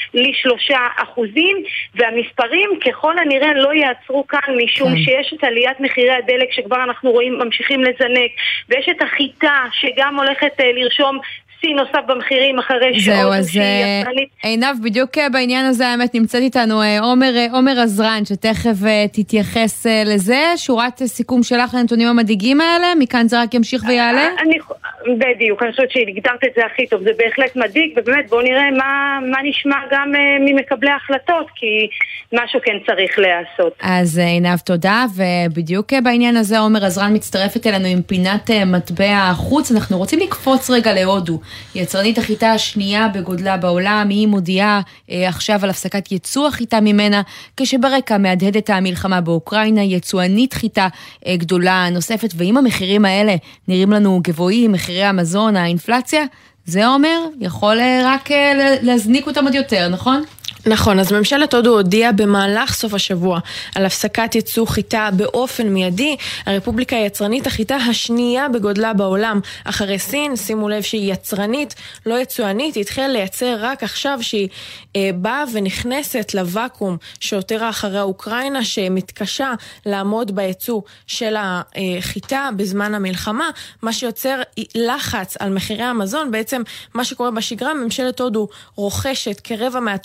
ל3%, והמספרים ככל הנראה לא יעצרו כאן, משום שיש את עליית מחירי הדלק שכבר אנחנו רואים ממשיכים לזנק, ויש את החיטה שגם הולכת לרשום נוסף במחירים אחרי שעות. זהו, אז עינב, בדיוק בעניין הזה האמת נמצאת איתנו עומר עזרן, שתכף תתייחס לזה. שורת סיכום שלך לנתונים המדאיגים האלה, מכאן זה רק ימשיך ויעלה? בדיוק, אני חושבת שהגדרת את זה הכי טוב, זה בהחלט מדאיג, ובאמת בואו נראה מה נשמע גם ממקבלי ההחלטות, כי משהו כן צריך לעשות. אז עינב, תודה, ובדיוק בעניין הזה עומר עזרן מצטרפת אלינו עם פינת מטבע החוץ. אנחנו רוצים לקפוץ רגע להודו. יצרנית החיטה השנייה בגודלה בעולם, היא מודיעה עכשיו על הפסקת ייצוא החיטה ממנה, כשברקע מהדהדת המלחמה באוקראינה. יצואנית חיטה גדולה נוספת, ואם המחירים האלה נראים לנו גבוהים, מחירי המזון, האינפלציה, זה אומר, יכול רק להזניק אותם עוד יותר, נכון? נכון, אז ממשלת הודו הודיעה במהלך סוף השבוע על הפסקת ייצוא חיטה באופן מיידי. הרפובליקה היצרנית החיטה השנייה בגודלה בעולם אחרי סין. שימו לב שהיא יצרנית, לא יצואנית, היא התחילה לייצר רק עכשיו שהיא באה ונכנסת לוואקום שהותרה אחרי אוקראינה, שמתקשה לעמוד בייצוא של החיטה בזמן המלחמה, מה שיוצר לחץ על מחירי המזון. בעצם מה שקורה בשגרה, ממשלת הודו רוכשת כרבע מהתוצרת המקומית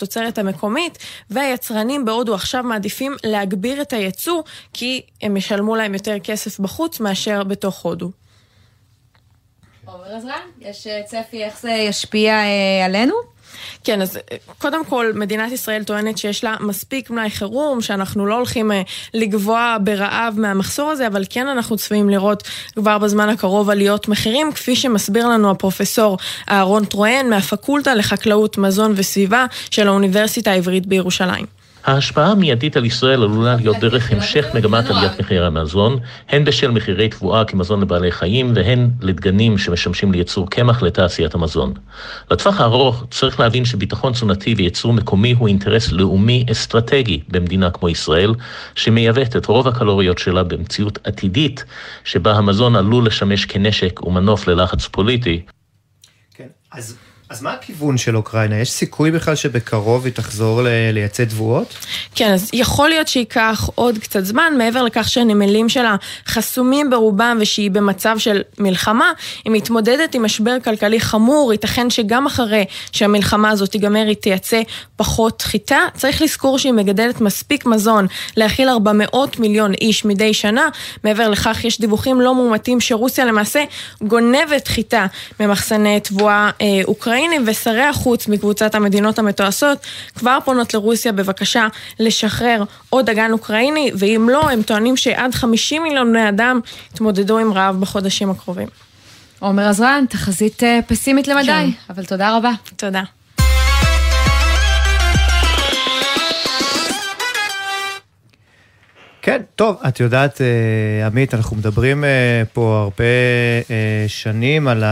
המקומית, והיצרנים בהודו עכשיו מעדיפים להגביר את הייצוא, כי הם ישלמו להם יותר כסף בחוץ מאשר בתוך הודו. עומר עזרן, יש צפי איך זה ישפיע עלינו? כן, אז קודם כל מדינת ישראל טוענת שיש לה מספיק מלאי חירום, שאנחנו לא הולכים לגבוע ברעב מהמחסור הזה, אבל כן אנחנו צפויים לראות כבר בזמן הקרוב עליות מחירים, כפי שמסביר לנו הפרופסור אהרון טרואן מהפקולטה לחקלאות, מזון וסביבה של האוניברסיטה העברית בירושלים. ההשפעה המיידית על ישראל עלולה להיות דרך המשך מגמת עליית מחירי המזון, הן בשל מחירי תבואה כמזון לבעלי חיים, והן לדגנים שמשמשים לייצור קמח לתעשיית המזון. לטווח הארוך צריך להבין שביטחון תזונתי וייצור מקומי הוא אינטרס לאומי אסטרטגי במדינה כמו ישראל, שמייבאת את רוב הקלוריות שלה במציאות עתידית, שבה המזון עלול לשמש כנשק ומנוף ללחץ פוליטי. כן, אז מה הכיוון של אוקראינה? יש סיכוי בכלל שבקרוב היא תחזור לייצא תבואות? כן, אז יכול להיות שייקח עוד קצת זמן, מעבר לכך שהנמלים שלה חסומים ברובם ושהיא במצב של מלחמה, היא מתמודדת עם משבר כלכלי חמור, ייתכן שגם אחרי שהמלחמה הזאת תיגמר היא תייצא פחות חיטה. צריך לזכור שהיא מגדלת מספיק מזון להכיל 400 מיליון איש מדי שנה. מעבר לכך יש דיווחים לא מומתים שרוסיה למעשה גונבת חיטה ממחסני תבואה אוקראינים, ושרי החוץ מקבוצת המדינות המתועשות כבר פונות לרוסיה בבקשה לשחרר עוד דגן אוקראיני, ואם לא, הם טוענים שעד 50 מיליון בני אדם התמודדו עם רעב בחודשים הקרובים. עומר עזרן, תחזית פסימית למדי, אבל תודה רבה. תודה. כן, טוב, את יודעת, עמית, אנחנו מדברים פה הרבה שנים על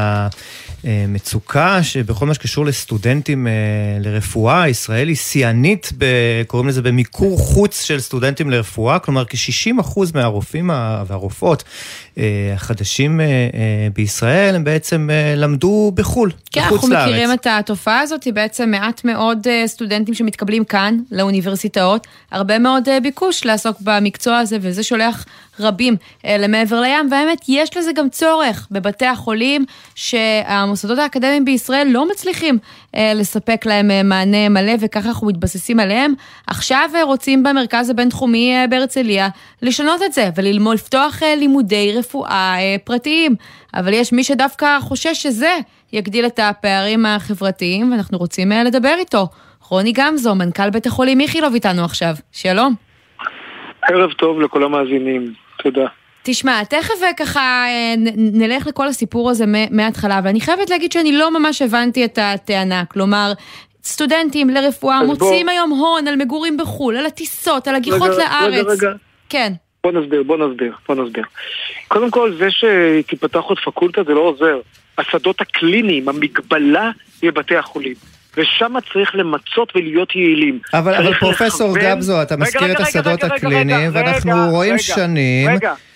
המצוקה שבכל מה שקשור לסטודנטים לרפואה, ישראל היא שיאנית, קוראים לזה במיקור חוץ של סטודנטים לרפואה, כלומר כ-60% מהרופאים והרופאות החדשים בישראל הם בעצם למדו בחול, כן, אנחנו מכירים את התופעה הזאת, היא בעצם מעט מאוד סטודנטים שמתקבלים כאן לאוניברסיטאות, הרבה מאוד ביקוש לעסוק במקצוע הזה, וזה שולח רבים למעבר לים, והאמת יש לזה גם צורך בבתי החולים, שהמוסדות האקדמיים בישראל לא מצליחים לספק להם מענה מלא, וככה אנחנו מתבססים עליהם. עכשיו רוצים במרכז הבינתחומי בהרצליה לשנות את זה, וללמוד לפתוח לימודי רפואה פרטיים, אבל יש מי שדווקא חושש שזה יגדיל את הפערים החברתיים, ואנחנו רוצים לדבר איתו. רוני גמזו, מנכ"ל בית החולים איכילוב איתנו עכשיו. שלום. ערב טוב לכל המאזינים, תודה. תשמע, תכף ככה נלך לכל הסיפור הזה מההתחלה, ואני חייבת להגיד שאני לא ממש הבנתי את הטענה, כלומר, סטודנטים לרפואה מוצאים היום הון על מגורים בחול, על הטיסות, על הגיחות לארץ. רגע. כן. בוא נסביר. קודם כל, זה שתיפתח עוד פקולטה זה לא עוזר. השדות הקליניים, המגבלה בבתי החולים. ושם צריך למצות ולהיות יעילים. אבל פרופסור גמזו, אתה מזכיר את השדות הקליניים, ואנחנו רואים שנים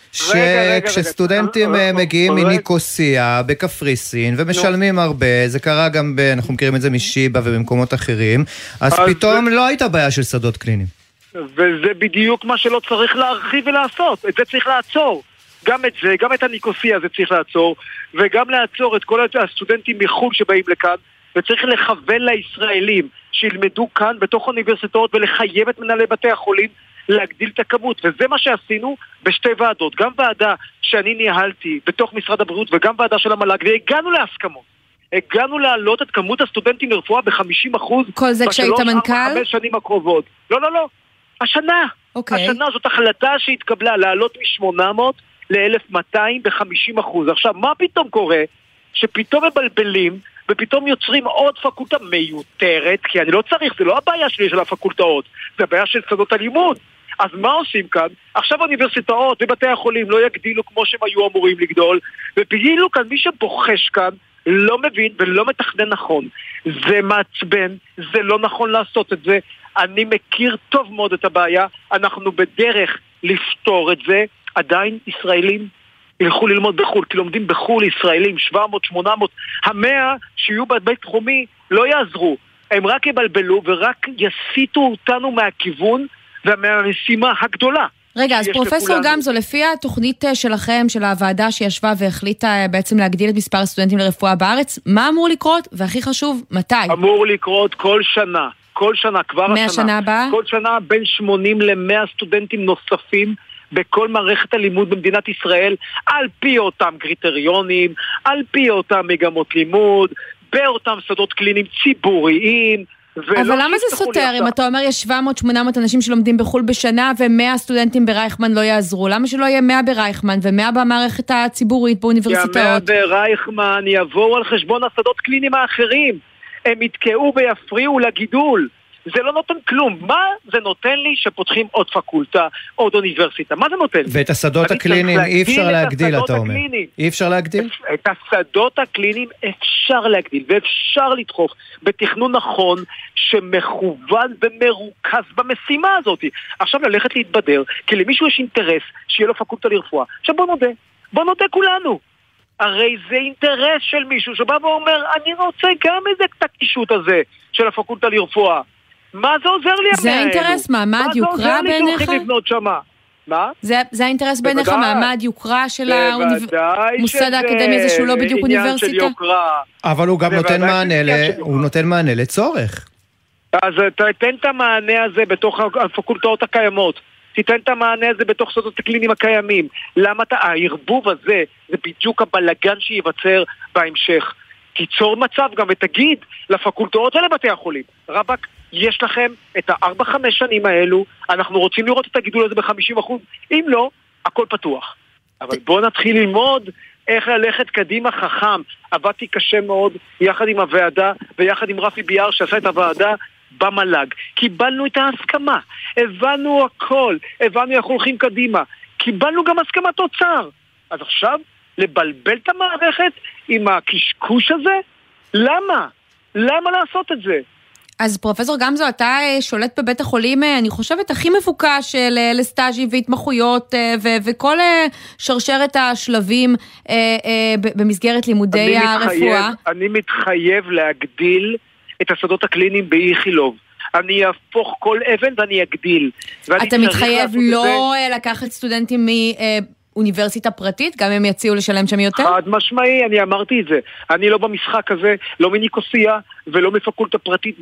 שכשסטודנטים מגיעים מניקוסיה בקפריסין ומשלמים הרבה, זה קרה גם, אנחנו מכירים את זה משיבה ובמקומות אחרים, אז פתאום לא הייתה בעיה של שדות קליניים. וזה בדיוק מה שלא צריך להרחיב ולעשות, את זה צריך לעצור. גם את זה, גם את הניקוסיה זה צריך לעצור, וגם לעצור את כל הסטודנטים מחו"ל שבאים לכאן, וצריך לכוון לישראלים שילמדו כאן בתוך אוניברסיטאות ולחייב את מנהלי בתי החולים להגדיל את הכמות, וזה מה שעשינו בשתי ועדות, גם ועדה שאני ניהלתי בתוך משרד הבריאות וגם ועדה של המל"ג, והגענו להסכמות. הגענו להעלות את כמות הסטודנטים לרפואה ב-50% כל זה כשהיית מנכ"ל? ב3-5 שנים הקרובות. לא. השנה. השנה זאת החלטה שהתקבלה להעלות מ-800 ל-1200 ב-50%. עכשיו, מה פתאום קורה? שפתאום מבלבלים ופתאום יוצרים עוד פקולטה מיותרת, כי אני לא צריך, זה לא הבעיה שלי של הפקולטאות, זה הבעיה של שדות הלימוד. אז מה עושים כאן? עכשיו האוניברסיטאות ובתי החולים לא יגדילו כמו שהם היו אמורים לגדול, ופעילו כאן מי שבוחש כאן לא מבין ולא מתכנן נכון. זה מעצבן, זה לא נכון לעשות את זה. אני מכיר טוב מאוד את הבעיה, אנחנו בדרך לפתור את זה. עדיין ישראלים ילכו ללמוד בחול, כי לומדים בחול ישראלים 700, 800, 100 שיהיו בבית תחומי לא יעזרו, הם רק יבלבלו ורק יסיטו אותנו מהכיוון ומהמשימה הגדולה. רגע, אז פרופסור גמזו, לפי התוכנית שלכם, של הוועדה שישבה והחליטה בעצם להגדיל את מספר הסטודנטים לרפואה בארץ, מה אמור לקרות? והכי חשוב, מתי? אמור לקרות כל שנה. כל שנה, כבר השנה. מהשנה הבאה? כל שנה בין 80 ל-100 סטודנטים נוספים בכל מערכת הלימוד במדינת ישראל, על פי אותם קריטריונים, על פי אותם מגמות לימוד, באותם שדות קליניים ציבוריים. אבל למה זה סותר? אם אתה אומר יש 700-800 אנשים שלומדים בחול בשנה ו100 סטודנטים ברייכמן לא יעזרו, למה שלא יהיה 100 ברייכמן ו100 במערכת הציבורית באוניברסיטאות? 100 ברייכמן יבואו על חשבון השדות קליניים האחרים, הם יתקעו ויפריעו לגידול. זה לא נותן כלום. מה זה נותן לי שפותחים עוד פקולטה, עוד אוניברסיטה? מה זה נותן לי? ואת השדות הקליניים אי אפשר להגדיל, אתה אומר. אי אפשר להגדיל? את השדות הקליניים אפשר להגדיל, ואפשר לדחוף בתכנון נכון, שמכוון ומרוכז במשימה הזאת. עכשיו ללכת להתבדר, כי למישהו יש אינטרס שיהיה לו פקולטה לרפואה. עכשיו בוא נודה כולנו. הרי זה אינטרס של מישהו שבא ואומר, אני רוצה גם איזה תקישות הזה של הפקולטה לרפואה. מה זה עוזר לי? זה האינטרס, מעמד יוקרה בעיניך? מה? זה האינטרס בעיניך, מעמד יוקרה של המוסד האקדמי הזה שהוא לא בדיוק אוניברסיטה? אבל הוא גם נותן מענה לצורך. אז תתן את המענה הזה בתוך הפקולטות הקיימות. תיתן את המענה הזה בתוך שדות הקליניים הקיימים. למה הערבוב הזה זה בדיוק הבלגן שייווצר בהמשך. תיצור מצב גם ותגיד לפקולטות ולבתי החולים, רבק, יש לכם את 4-5 שנים האלו, אנחנו רוצים לראות את הגידול הזה ב-50%, אם לא, הכל פתוח. אבל בוא נתחיל ללמוד איך ללכת קדימה חכם. עבדתי קשה מאוד יחד עם הוועדה ויחד עם רפי ביאר שעשה את הוועדה במל"ג. קיבלנו את ההסכמה, הבנו הכל, הבנו איך הולכים קדימה, קיבלנו גם הסכמת אוצר. אז עכשיו לבלבל את המערכת עם הקשקוש הזה? למה? למה לעשות את זה? אז פרופסור גמזו, אתה שולט בבית החולים, אני חושבת, הכי מבוקש לסטאז'ים והתמחויות וכל שרשרת השלבים במסגרת לימודי הרפואה. אני מתחייב להגדיל את השדות הקליניים באיכילוב. אני אהפוך כל אבן ואני אגדיל. אתה מתחייב לא לקחת סטודנטים אוניברסיטה פרטית, גם הם יציעו לשלם שם יותר? חד משמעי, אני אמרתי את זה. אני לא במשחק הזה, לא מניקוסיה ולא מפקולטה פרטית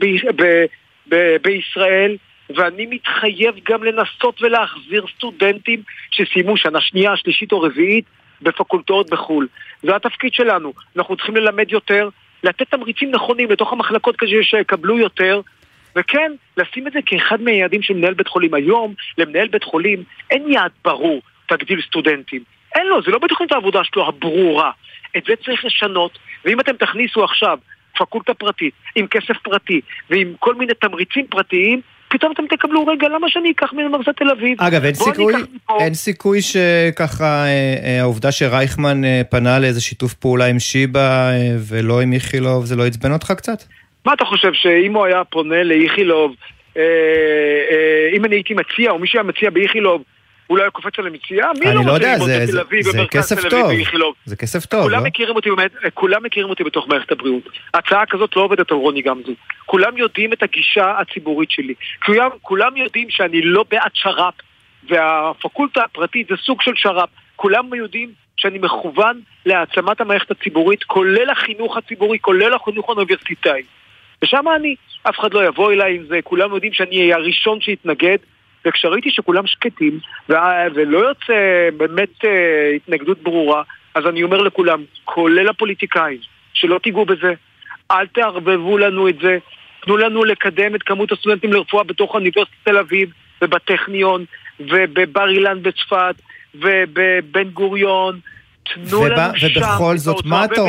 בישראל, ואני מתחייב גם לנסות ולהחזיר סטודנטים שסיימו שנה שנייה, שלישית או רביעית בפקולטות בחול. זה התפקיד שלנו. אנחנו צריכים ללמד יותר, לתת תמריצים נכונים לתוך המחלקות כדי שיקבלו יותר, וכן, לשים את זה כאחד מהיעדים של מנהל בית חולים. היום, למנהל בית חולים אין יעד ברור תגדיל סטודנטים. אין לו, זה לא בתוכנית העבודה שלו הברורה. את זה צריך לשנות, ואם אתם תכניסו עכשיו פקולטה פרטית, עם כסף פרטי, ועם כל מיני תמריצים פרטיים, פתאום אתם תקבלו, רגע, למה שאני אקח מאוניברסיטת תל אביב? אגב, אין סיכוי שככה העובדה שרייכמן פנה לאיזה שיתוף פעולה עם שיבה ולא עם איכילוב, זה לא יצבן אותך קצת? מה אתה חושב, שאם הוא היה פונה לאיכילוב, אם אני הייתי מציע, או מישהו היה מציע באיכילוב, אולי הוא קופץ על המציאה? אני לא יודע, זה כסף טוב. זה כסף טוב, לא? כולם מכירים אותי בתוך מערכת הבריאות. הצעה כזאת לא עובדת על רוני גמזו. כולם יודעים את הגישה הציבורית שלי. כולם יודעים שאני לא בעד שר"פ, והפקולטה הפרטית זה סוג של שר"פ. כולם יודעים שאני מכוון להעצמת המערכת הציבורית, כולל החינוך הציבורי, כולל החינוך האוניברסיטאי. ושם אף אחד לא יבוא אליי עם זה. כולם יודעים שאני אהיה הראשון שיתנגד, וכשראיתי שכולם שקטים, ולא יוצא באמת התנגדות ברורה, אז אני אומר לכולם, כולל הפוליטיקאים, שלא תיגעו בזה, אל תערבבו לנו את זה, תנו לנו לקדם את כמות הסטודנטים לרפואה בתוך אוניברסיטת תל אביב, ובטכניון, ובבר אילן בצפת, ובבן גוריון, ובכל זאת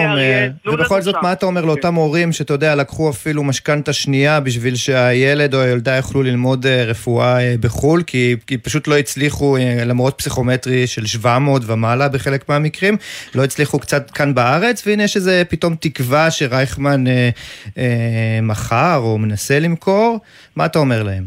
מה אתה אומר לאותם הורים שאתה יודע לקחו אפילו משכנתה שנייה בשביל שהילד או הילדה יוכלו ללמוד רפואה בחול, כי פשוט לא הצליחו למרות פסיכומטרי של 700 ומעלה בחלק מהמקרים, לא הצליחו קצת כאן בארץ, והנה יש איזה פתאום תקווה שרייכמן מחר או מנסה למכור. מה אתה אומר להם?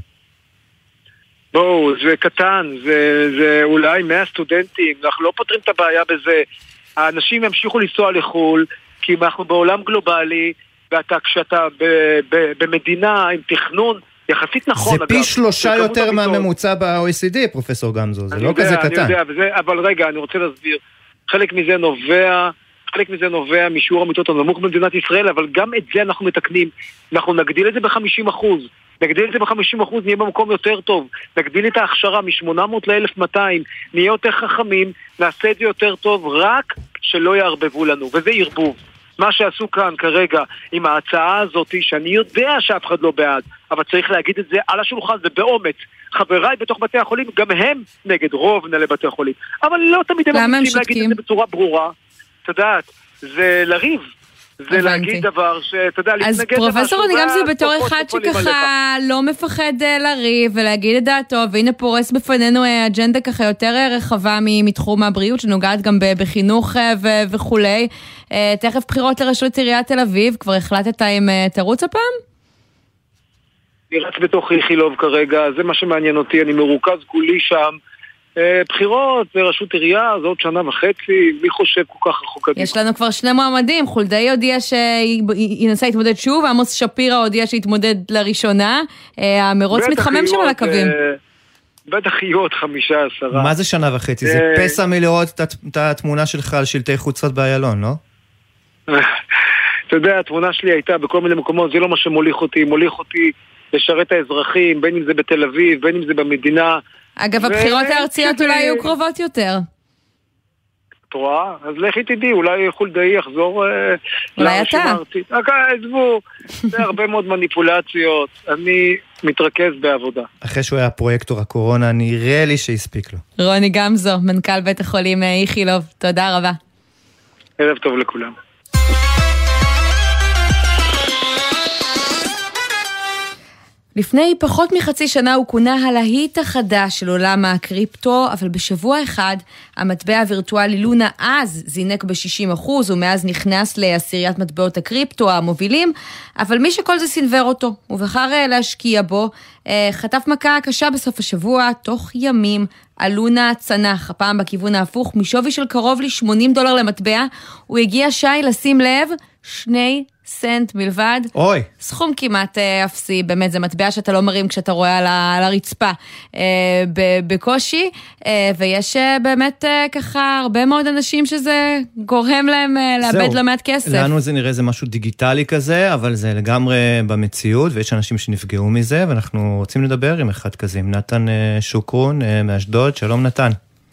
בואו, זה קטן, זה אולי 100 סטודנטים, אנחנו לא פותרים את הבעיה בזה. האנשים ימשיכו לנסוע לחול, כי אנחנו בעולם גלובלי, כשאתה במדינה עם תכנון יחסית נכון. זה פי 3 יותר מהממוצע ב-OECD, פרופסור גמזו, זה לא כזה קטן. אני יודע, אבל רגע, אני רוצה להסביר. חלק מזה נובע משיעור המיטות הנמוך במדינת ישראל, אבל גם את זה אנחנו מתקנים. אנחנו נגדיל את זה ב-50%. נגדיל את זה ב-50%, נהיה במקום יותר טוב. נגדיל את ההכשרה מ-800 ל-1200, נהיה יותר חכמים, נעשה את זה יותר טוב, רק שלא יערבבו לנו, וזה ערבוב. מה שעשו כאן כרגע עם ההצעה הזאת, שאני יודע שאף אחד לא בעד, אבל צריך להגיד את זה על השולחן ובאומץ. חבריי בתוך בתי החולים, גם הם נגד רוב מנהלי בתי החולים. אבל לא תמיד הם רוצים להגיד את זה בצורה ברורה. אתה יודעת, זה לריב. זה להגיד דבר שאתה יודע, להתנגד למשהו. אז פרופסור רוני גמזו בתור אחד שככה לא מפחד לריב ולהגיד את דעתו, והנה פורס בפנינו אג'נדה ככה יותר רחבה מתחום הבריאות, שנוגעת גם בחינוך וכולי. תכף בחירות לראשות עיריית תל אביב, כבר החלטת אם תרוץ הפעם? אני רץ בתוך איכילוב כרגע, זה מה שמעניין אותי, אני מרוכז כולי שם. בחירות, זה ראשות עירייה, זה עוד שנה וחצי, מי חושב כל כך רחוק קדימה? יש לנו כבר שני מועמדים, חולדאי הודיע שינסה להתמודד שוב, עמוס שפירא הודיע שיתמודד לראשונה, המרוץ מתחמם שם על הקווים. בטח יהיו עוד 15. מה זה שנה וחצי? זה פסע מלראות את התמונה שלך על שלטי חוצות באיילון, לא? אתה יודע, התמונה שלי הייתה בכל מיני מקומות, זה לא מה שמוליך אותי, מוליך אותי לשרת האזרחים, בין אם זה בתל אביב, בין אם זה במדינה. אגב, הבחירות הארציות אולי יהיו קרובות יותר. את רואה? אז לכי תדעי, אולי חולדאי יחזור אולי אתה. עזבו, זה הרבה מאוד מניפולציות, אני מתרכז בעבודה. אחרי שהוא היה פרויקטור הקורונה, נראה לי שהספיק לו. רוני גמזו, מנכ"ל בית החולים איכילוב, תודה רבה. ערב טוב לכולם. לפני פחות מחצי שנה הוא כונה הלהיט החדש של עולם הקריפטו, אבל בשבוע אחד המטבע הווירטואלי לונה אז זינק ב-60%, ומאז נכנס לעשיריית מטבעות הקריפטו המובילים, אבל מי שכל זה סנבר אותו, ובחר להשקיע בו, חטף מכה קשה בסוף השבוע, תוך ימים הלונה צנח, הפעם בכיוון ההפוך, משווי של קרוב ל$80 למטבע, הוא הגיע שי לשים לב, 2 סנט מלבד. אוי. סכום כמעט אפסי, באמת זה מטבע שאתה לא מרים כשאתה רואה על הרצפה בקושי, ויש באמת ככה הרבה מאוד אנשים שזה גורם להם לאבד לא מעט כסף. לנו זה נראה זה משהו דיגיטלי כזה, אבל זה לגמרי במציאות, ויש אנשים שנפגעו מזה, ואנחנו רוצים לדבר עם אחד כזה, עם נתן שוקרון מאשדוד. שלום נתן.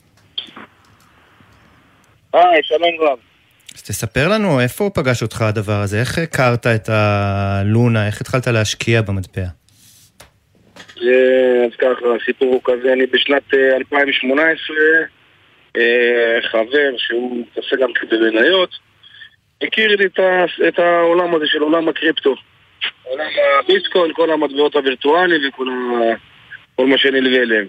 שלום רב. אז תספר לנו איפה פגש אותך הדבר הזה, איך הכרת את הלונה, איך התחלת להשקיע במטבע? אז ככה, הסיפור הוא כזה, אני בשנת 2018, חבר שהוא תעשה גם כדי מניות, הכיר לי את העולם הזה של עולם הקריפטו, עולם הביטקוין, כל המטבעות הווירטואליים וכל מה שנלווה אליהם.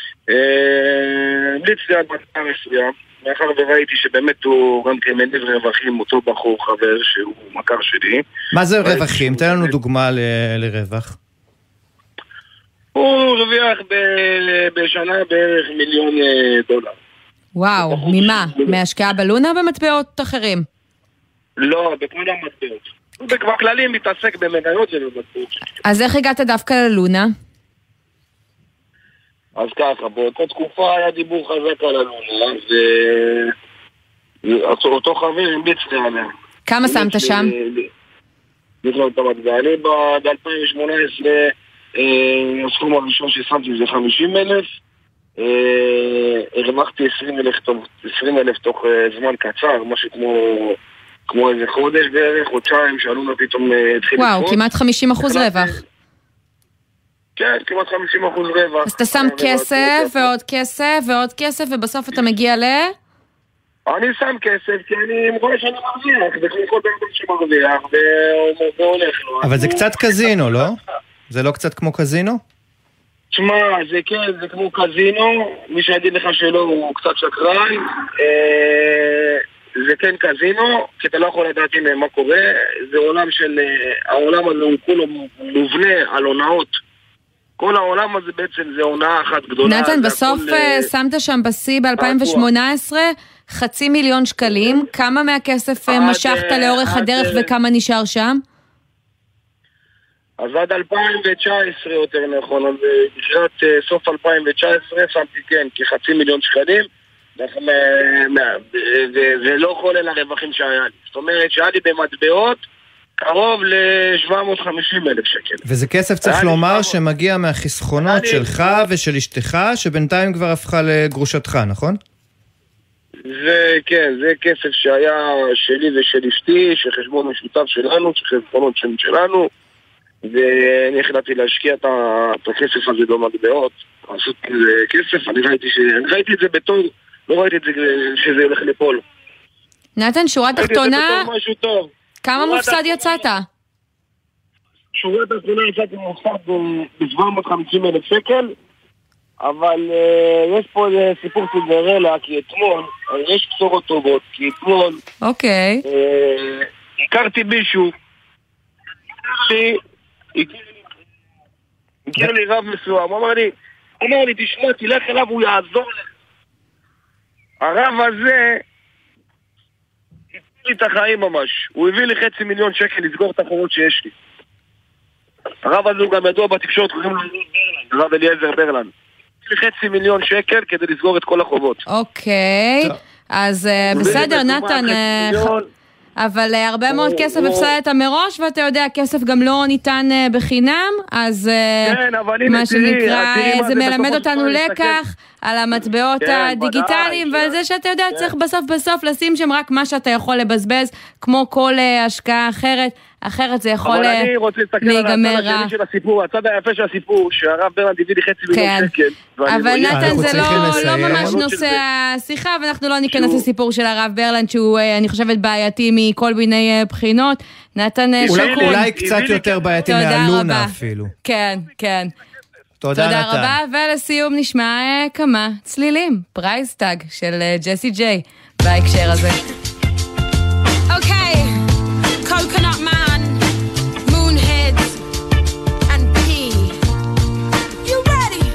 בליצתי עד מטבע מסוים, מאחר וראיתי שבאמת הוא גם כמניב רווחים, אותו בחור חבר שהוא מכר שלי. מה זה רווחים? תן לנו דוגמה לרווח. הוא רוויח בשנה בערך $1,000,000. וואו, ממה? מהשקעה בלונה או במטבעות אחרים? לא, בכל המטבעות. הוא בכללים מתעסק במניות ובמטבעות. אז איך הגעת דווקא ללונה? אז ככה, באותה תקופה היה דיבור חזק על הלונה, ואותו חבר המליץ לי עליה. כמה שמת שם? אני ב-2018, הסכום הראשון ששמתי זה 50,000, הרווחתי 20,000 תוך זמן קצר, משהו כמו איזה חודש בערך, חודשיים, שהלונה פתאום התחיל לקרות. וואו, כמעט 50% רווח. כן, כמעט 50% רווח. אז אתה שם כסף ועוד כסף ועוד כסף, ובסוף אתה מגיע אני שם כסף, כי אני רואה שאני מרוויח, וכמו כל בן שמרוויח, והולך לו. אבל זה קצת קזינו, לא? זה לא קצת כמו קזינו? תשמע, זה כן, זה כמו קזינו, מי שיגיד לך שלא הוא קצת שקרן, זה כן קזינו, כי אתה לא יכול לדעת עם מה קורה, זה עולם של, העולם הזה הוא כולו מובנה על הונאות. כל העולם הזה בעצם זה הונאה אחת גדולה. נתן, בסוף שמת שם בסי ב-2018 500,000 שקלים, כמה מהכסף משכת לאורך הדרך וכמה נשאר שם? אז עד 2019 יותר נכון, אז בשנת סוף 2019 שמתי כן כ500,000 שקלים, ולא כולל הרווחים שהיה לי. זאת אומרת שהיה לי במטבעות קרוב ל-750,000 שקל. וזה כסף צריך לומר שמגיע מהחסכונות שלך ושל אשתך, שבינתיים כבר הפכה לגרושתך, נכון? זה כן, זה כסף שהיה שלי ושל אשתי, שחשבון משותף שלנו, שחשבונות שלנו, ואני החלטתי להשקיע את הכסף הזה במטבעות, לעשות איזה כסף, אני ראיתי את זה בתור, לא ראיתי את זה שזה הולך לפול. נתן, שורה תחתונה, כמה מופסד יצאת? שורה תחתונה יצאתי מופסד ב-750,000 שקל, אבל יש פה סיפור סינדרלה, כי אתמול, יש בשורות טובות, כי אתמול הכרתי מישהו הכיר לי רב מסוים, הוא אמר לי, תשמע, תלך אליו, הוא יעזור לך. הרב הזה הציל לי את החיים ממש, הוא הביא לי 500,000 שקל לסגור את החובות שיש לי. הרב הזה הוא גם ידוע בתקשורת, קוראים לו הרב אליעזר ברלן. 500,000 שקל כדי לסגור את כל החובות. אוקיי, אז בסדר, נתן, אבל הרבה מאוד כסף הפסדת מראש, ואתה יודע, כסף גם לא ניתן בחינם, אז מה שנקרא, זה מלמד אותנו לקח על המטבעות הדיגיטליים, ועל זה שאתה יודע, צריך בסוף לשים שם רק מה שאתה יכול לבזבז, כמו כל השקעה אחרת זה יכול להיגמר רע. אבל אני רוצה להסתכל על הצד השני של הסיפור, הצד היפה של הסיפור, שהרב ברלנד הביא לי 500,000 שקל. אבל נתן, זה לא ממש נושא השיחה, ואנחנו לא ניכנס לסיפור של הרב ברלנד, שהוא, אני חושבת, בעייתי מכל מיני בחינות. נתן, שוקרון. אולי קצת יותר בעייתי מהלונה אפילו. כן, כן. תודה רבה, ולסיום נשמע כמה צלילים, פרייס טאג של ג'סי ג'יי, בהקשר הזה. אוקיי, Coconut Man, Moonheads, and P. You ready?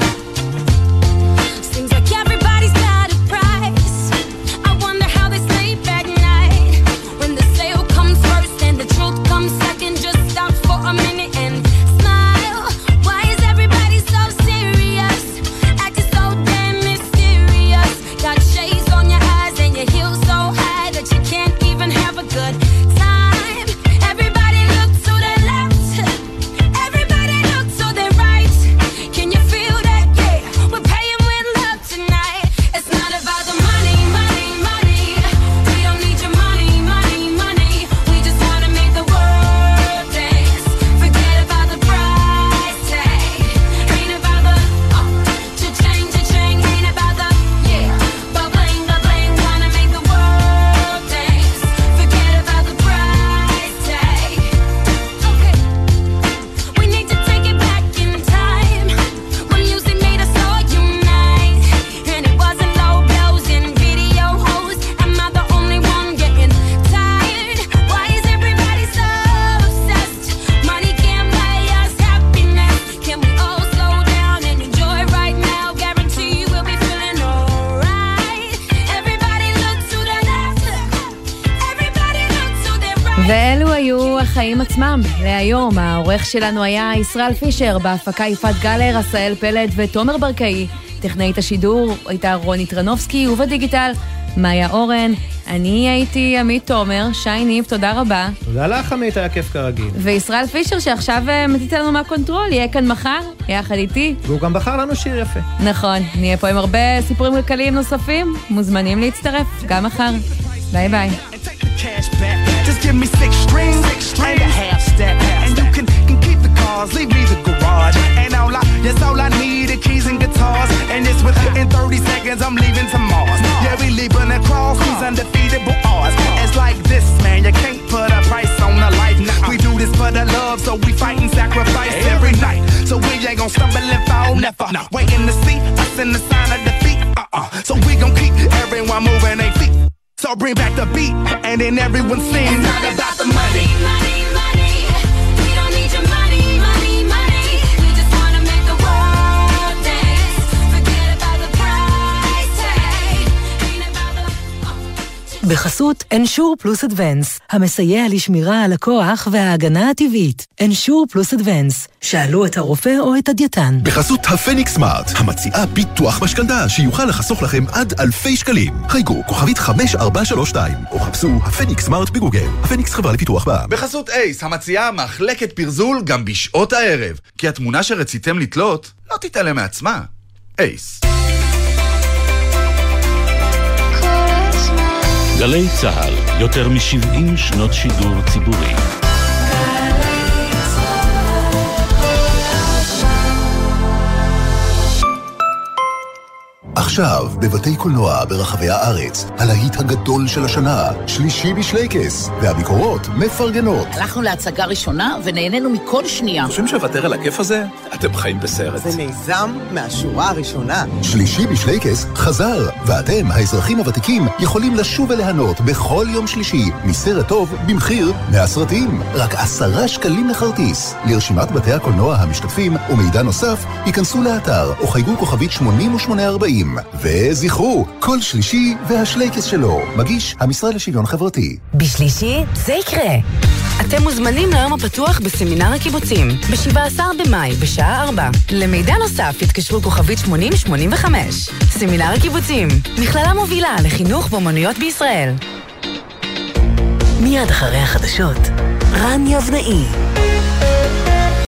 Seems like everybody's got a price. I wonder how they sleep at night. When the sale comes first and the truth comes second, just stop for a minute and smile. Why is everybody so serious? Acting so damn mysterious. Got shades on your eyes and your heels so high that you can't even have a good time. Everybody look to the left, everybody look to the right. Can you feel that? Yeah, we're paying with love tonight. It's not about the money, money, money. We don't need your money, money, money. We just wanna make the world dance. Forget about the price tag. Ain't about the cha-ching, cha-ching. Ain't about the ba-bling, ba-bling. Wanna make the world dance. Forget about the price tag. Okay, we need to take it back in time when music made us all unite, and it wasn't low blows and video hoes. Am I the only one getting tired? Why is everybody so obsessed? Money can't buy us happiness. Can we all slow down and enjoy right now? Guarantee we'll be feeling alright. Everybody look to the left, everybody look to the right. ואלו היו החיים עצמם להיום. העורך שלנו היה ישראל פישר, בהפקה יפעת גלר, עשאל פלד ותומר ברקאי. טכנאית השידור הייתה רוני טרנובסקי, ובדיגיטל מאיה אורן. אני הייתי עמית תומר. שי ניב, תודה רבה. תודה לך עמית, היה כיף כרגיל. וישראל פישר שעכשיו מטיט לנו מהקונטרול, יהיה כאן מחר יחד איתי. והוא גם בחר לנו שיר יפה. נכון, נהיה פה עם הרבה סיפורים כלכליים נוספים. מוזמנים להצטרף גם מחר. ביי ביי. Just give me 6 strings and a half step, and you can keep the cars, leave me the garage, and that's all I need, the keys and guitars, and it's within 30 seconds I'm leaving to Mars. Yeah, we leaving across these undefeatable odds. It's like this, man, you can't put a price on a life. We do this for the love, so we fight and sacrifice every night. So we ain't gon' stumble and fall, never. Waiting to see us in the sign of defeat. So we gon' keep everyone moving their feet. So bring back the beat, and then everyone sings. It's not about the money, money, money. We don't need your money, money, money. We just wanna make the world dance. Forget about the price tag. Ain't about the בחסות Ensure Plus Advance, המסייע לשמירה על הכוח וההגנה הטבעית. Ensure Plus Advance, שאלו את הרופא או את הדייטן. בחסות הפניקס סמארט, המציעה ביטוח משכנתה שיוכל לחסוך לכם עד אלפי שקלים. חייגו כוכבית 5432 או חפשו הפניקס סמארט בגוגל. הפניקס חברה לפיתוח בע"מ. בחסות אייס, המציעה מחלקת פרזול גם בשעות הערב, כי התמונה שרציתם לתלות לא תתעלם מעצמה. אייס. גלי צהל, יותר מ-70 שנות שידור ציבורי. עכשיו, בבתי קולנוע ברחבי הארץ, הלהיט הגדול של השנה, שלישי בשלייקס, והביקורות מפרגנות. הלכנו להצגה ראשונה ונהנינו מכל שנייה. חושבים שוותר על הכיף הזה? אתם חיים בסרט. זה מיזם מהשורה הראשונה. שלישי בשלייקס חזר, ואתם, האזרחים הוותיקים, יכולים לשוב וליהנות בכל יום שלישי, מסרט טוב במחיר מהסרטים. רק 10 שקלים לכרטיס. לרשימת בתי הקולנוע המשתתפים ומידע נוסף, ייכנסו לאתר או חייגו כוכבית 8840. וזכרו, כל שלישי והשלייקס שלו. מגיש המשרד לשוויון חברתי. בשלישי זה יקרה. אתם מוזמנים ליום הפתוח בסמינר הקיבוצים, ב-17 במאי, בשעה 4. למידע נוסף התקשרו כוכבית 8085. סמינר הקיבוצים, מכללה מובילה לחינוך באמנויות בישראל. מיד אחרי החדשות, רן יבנאי.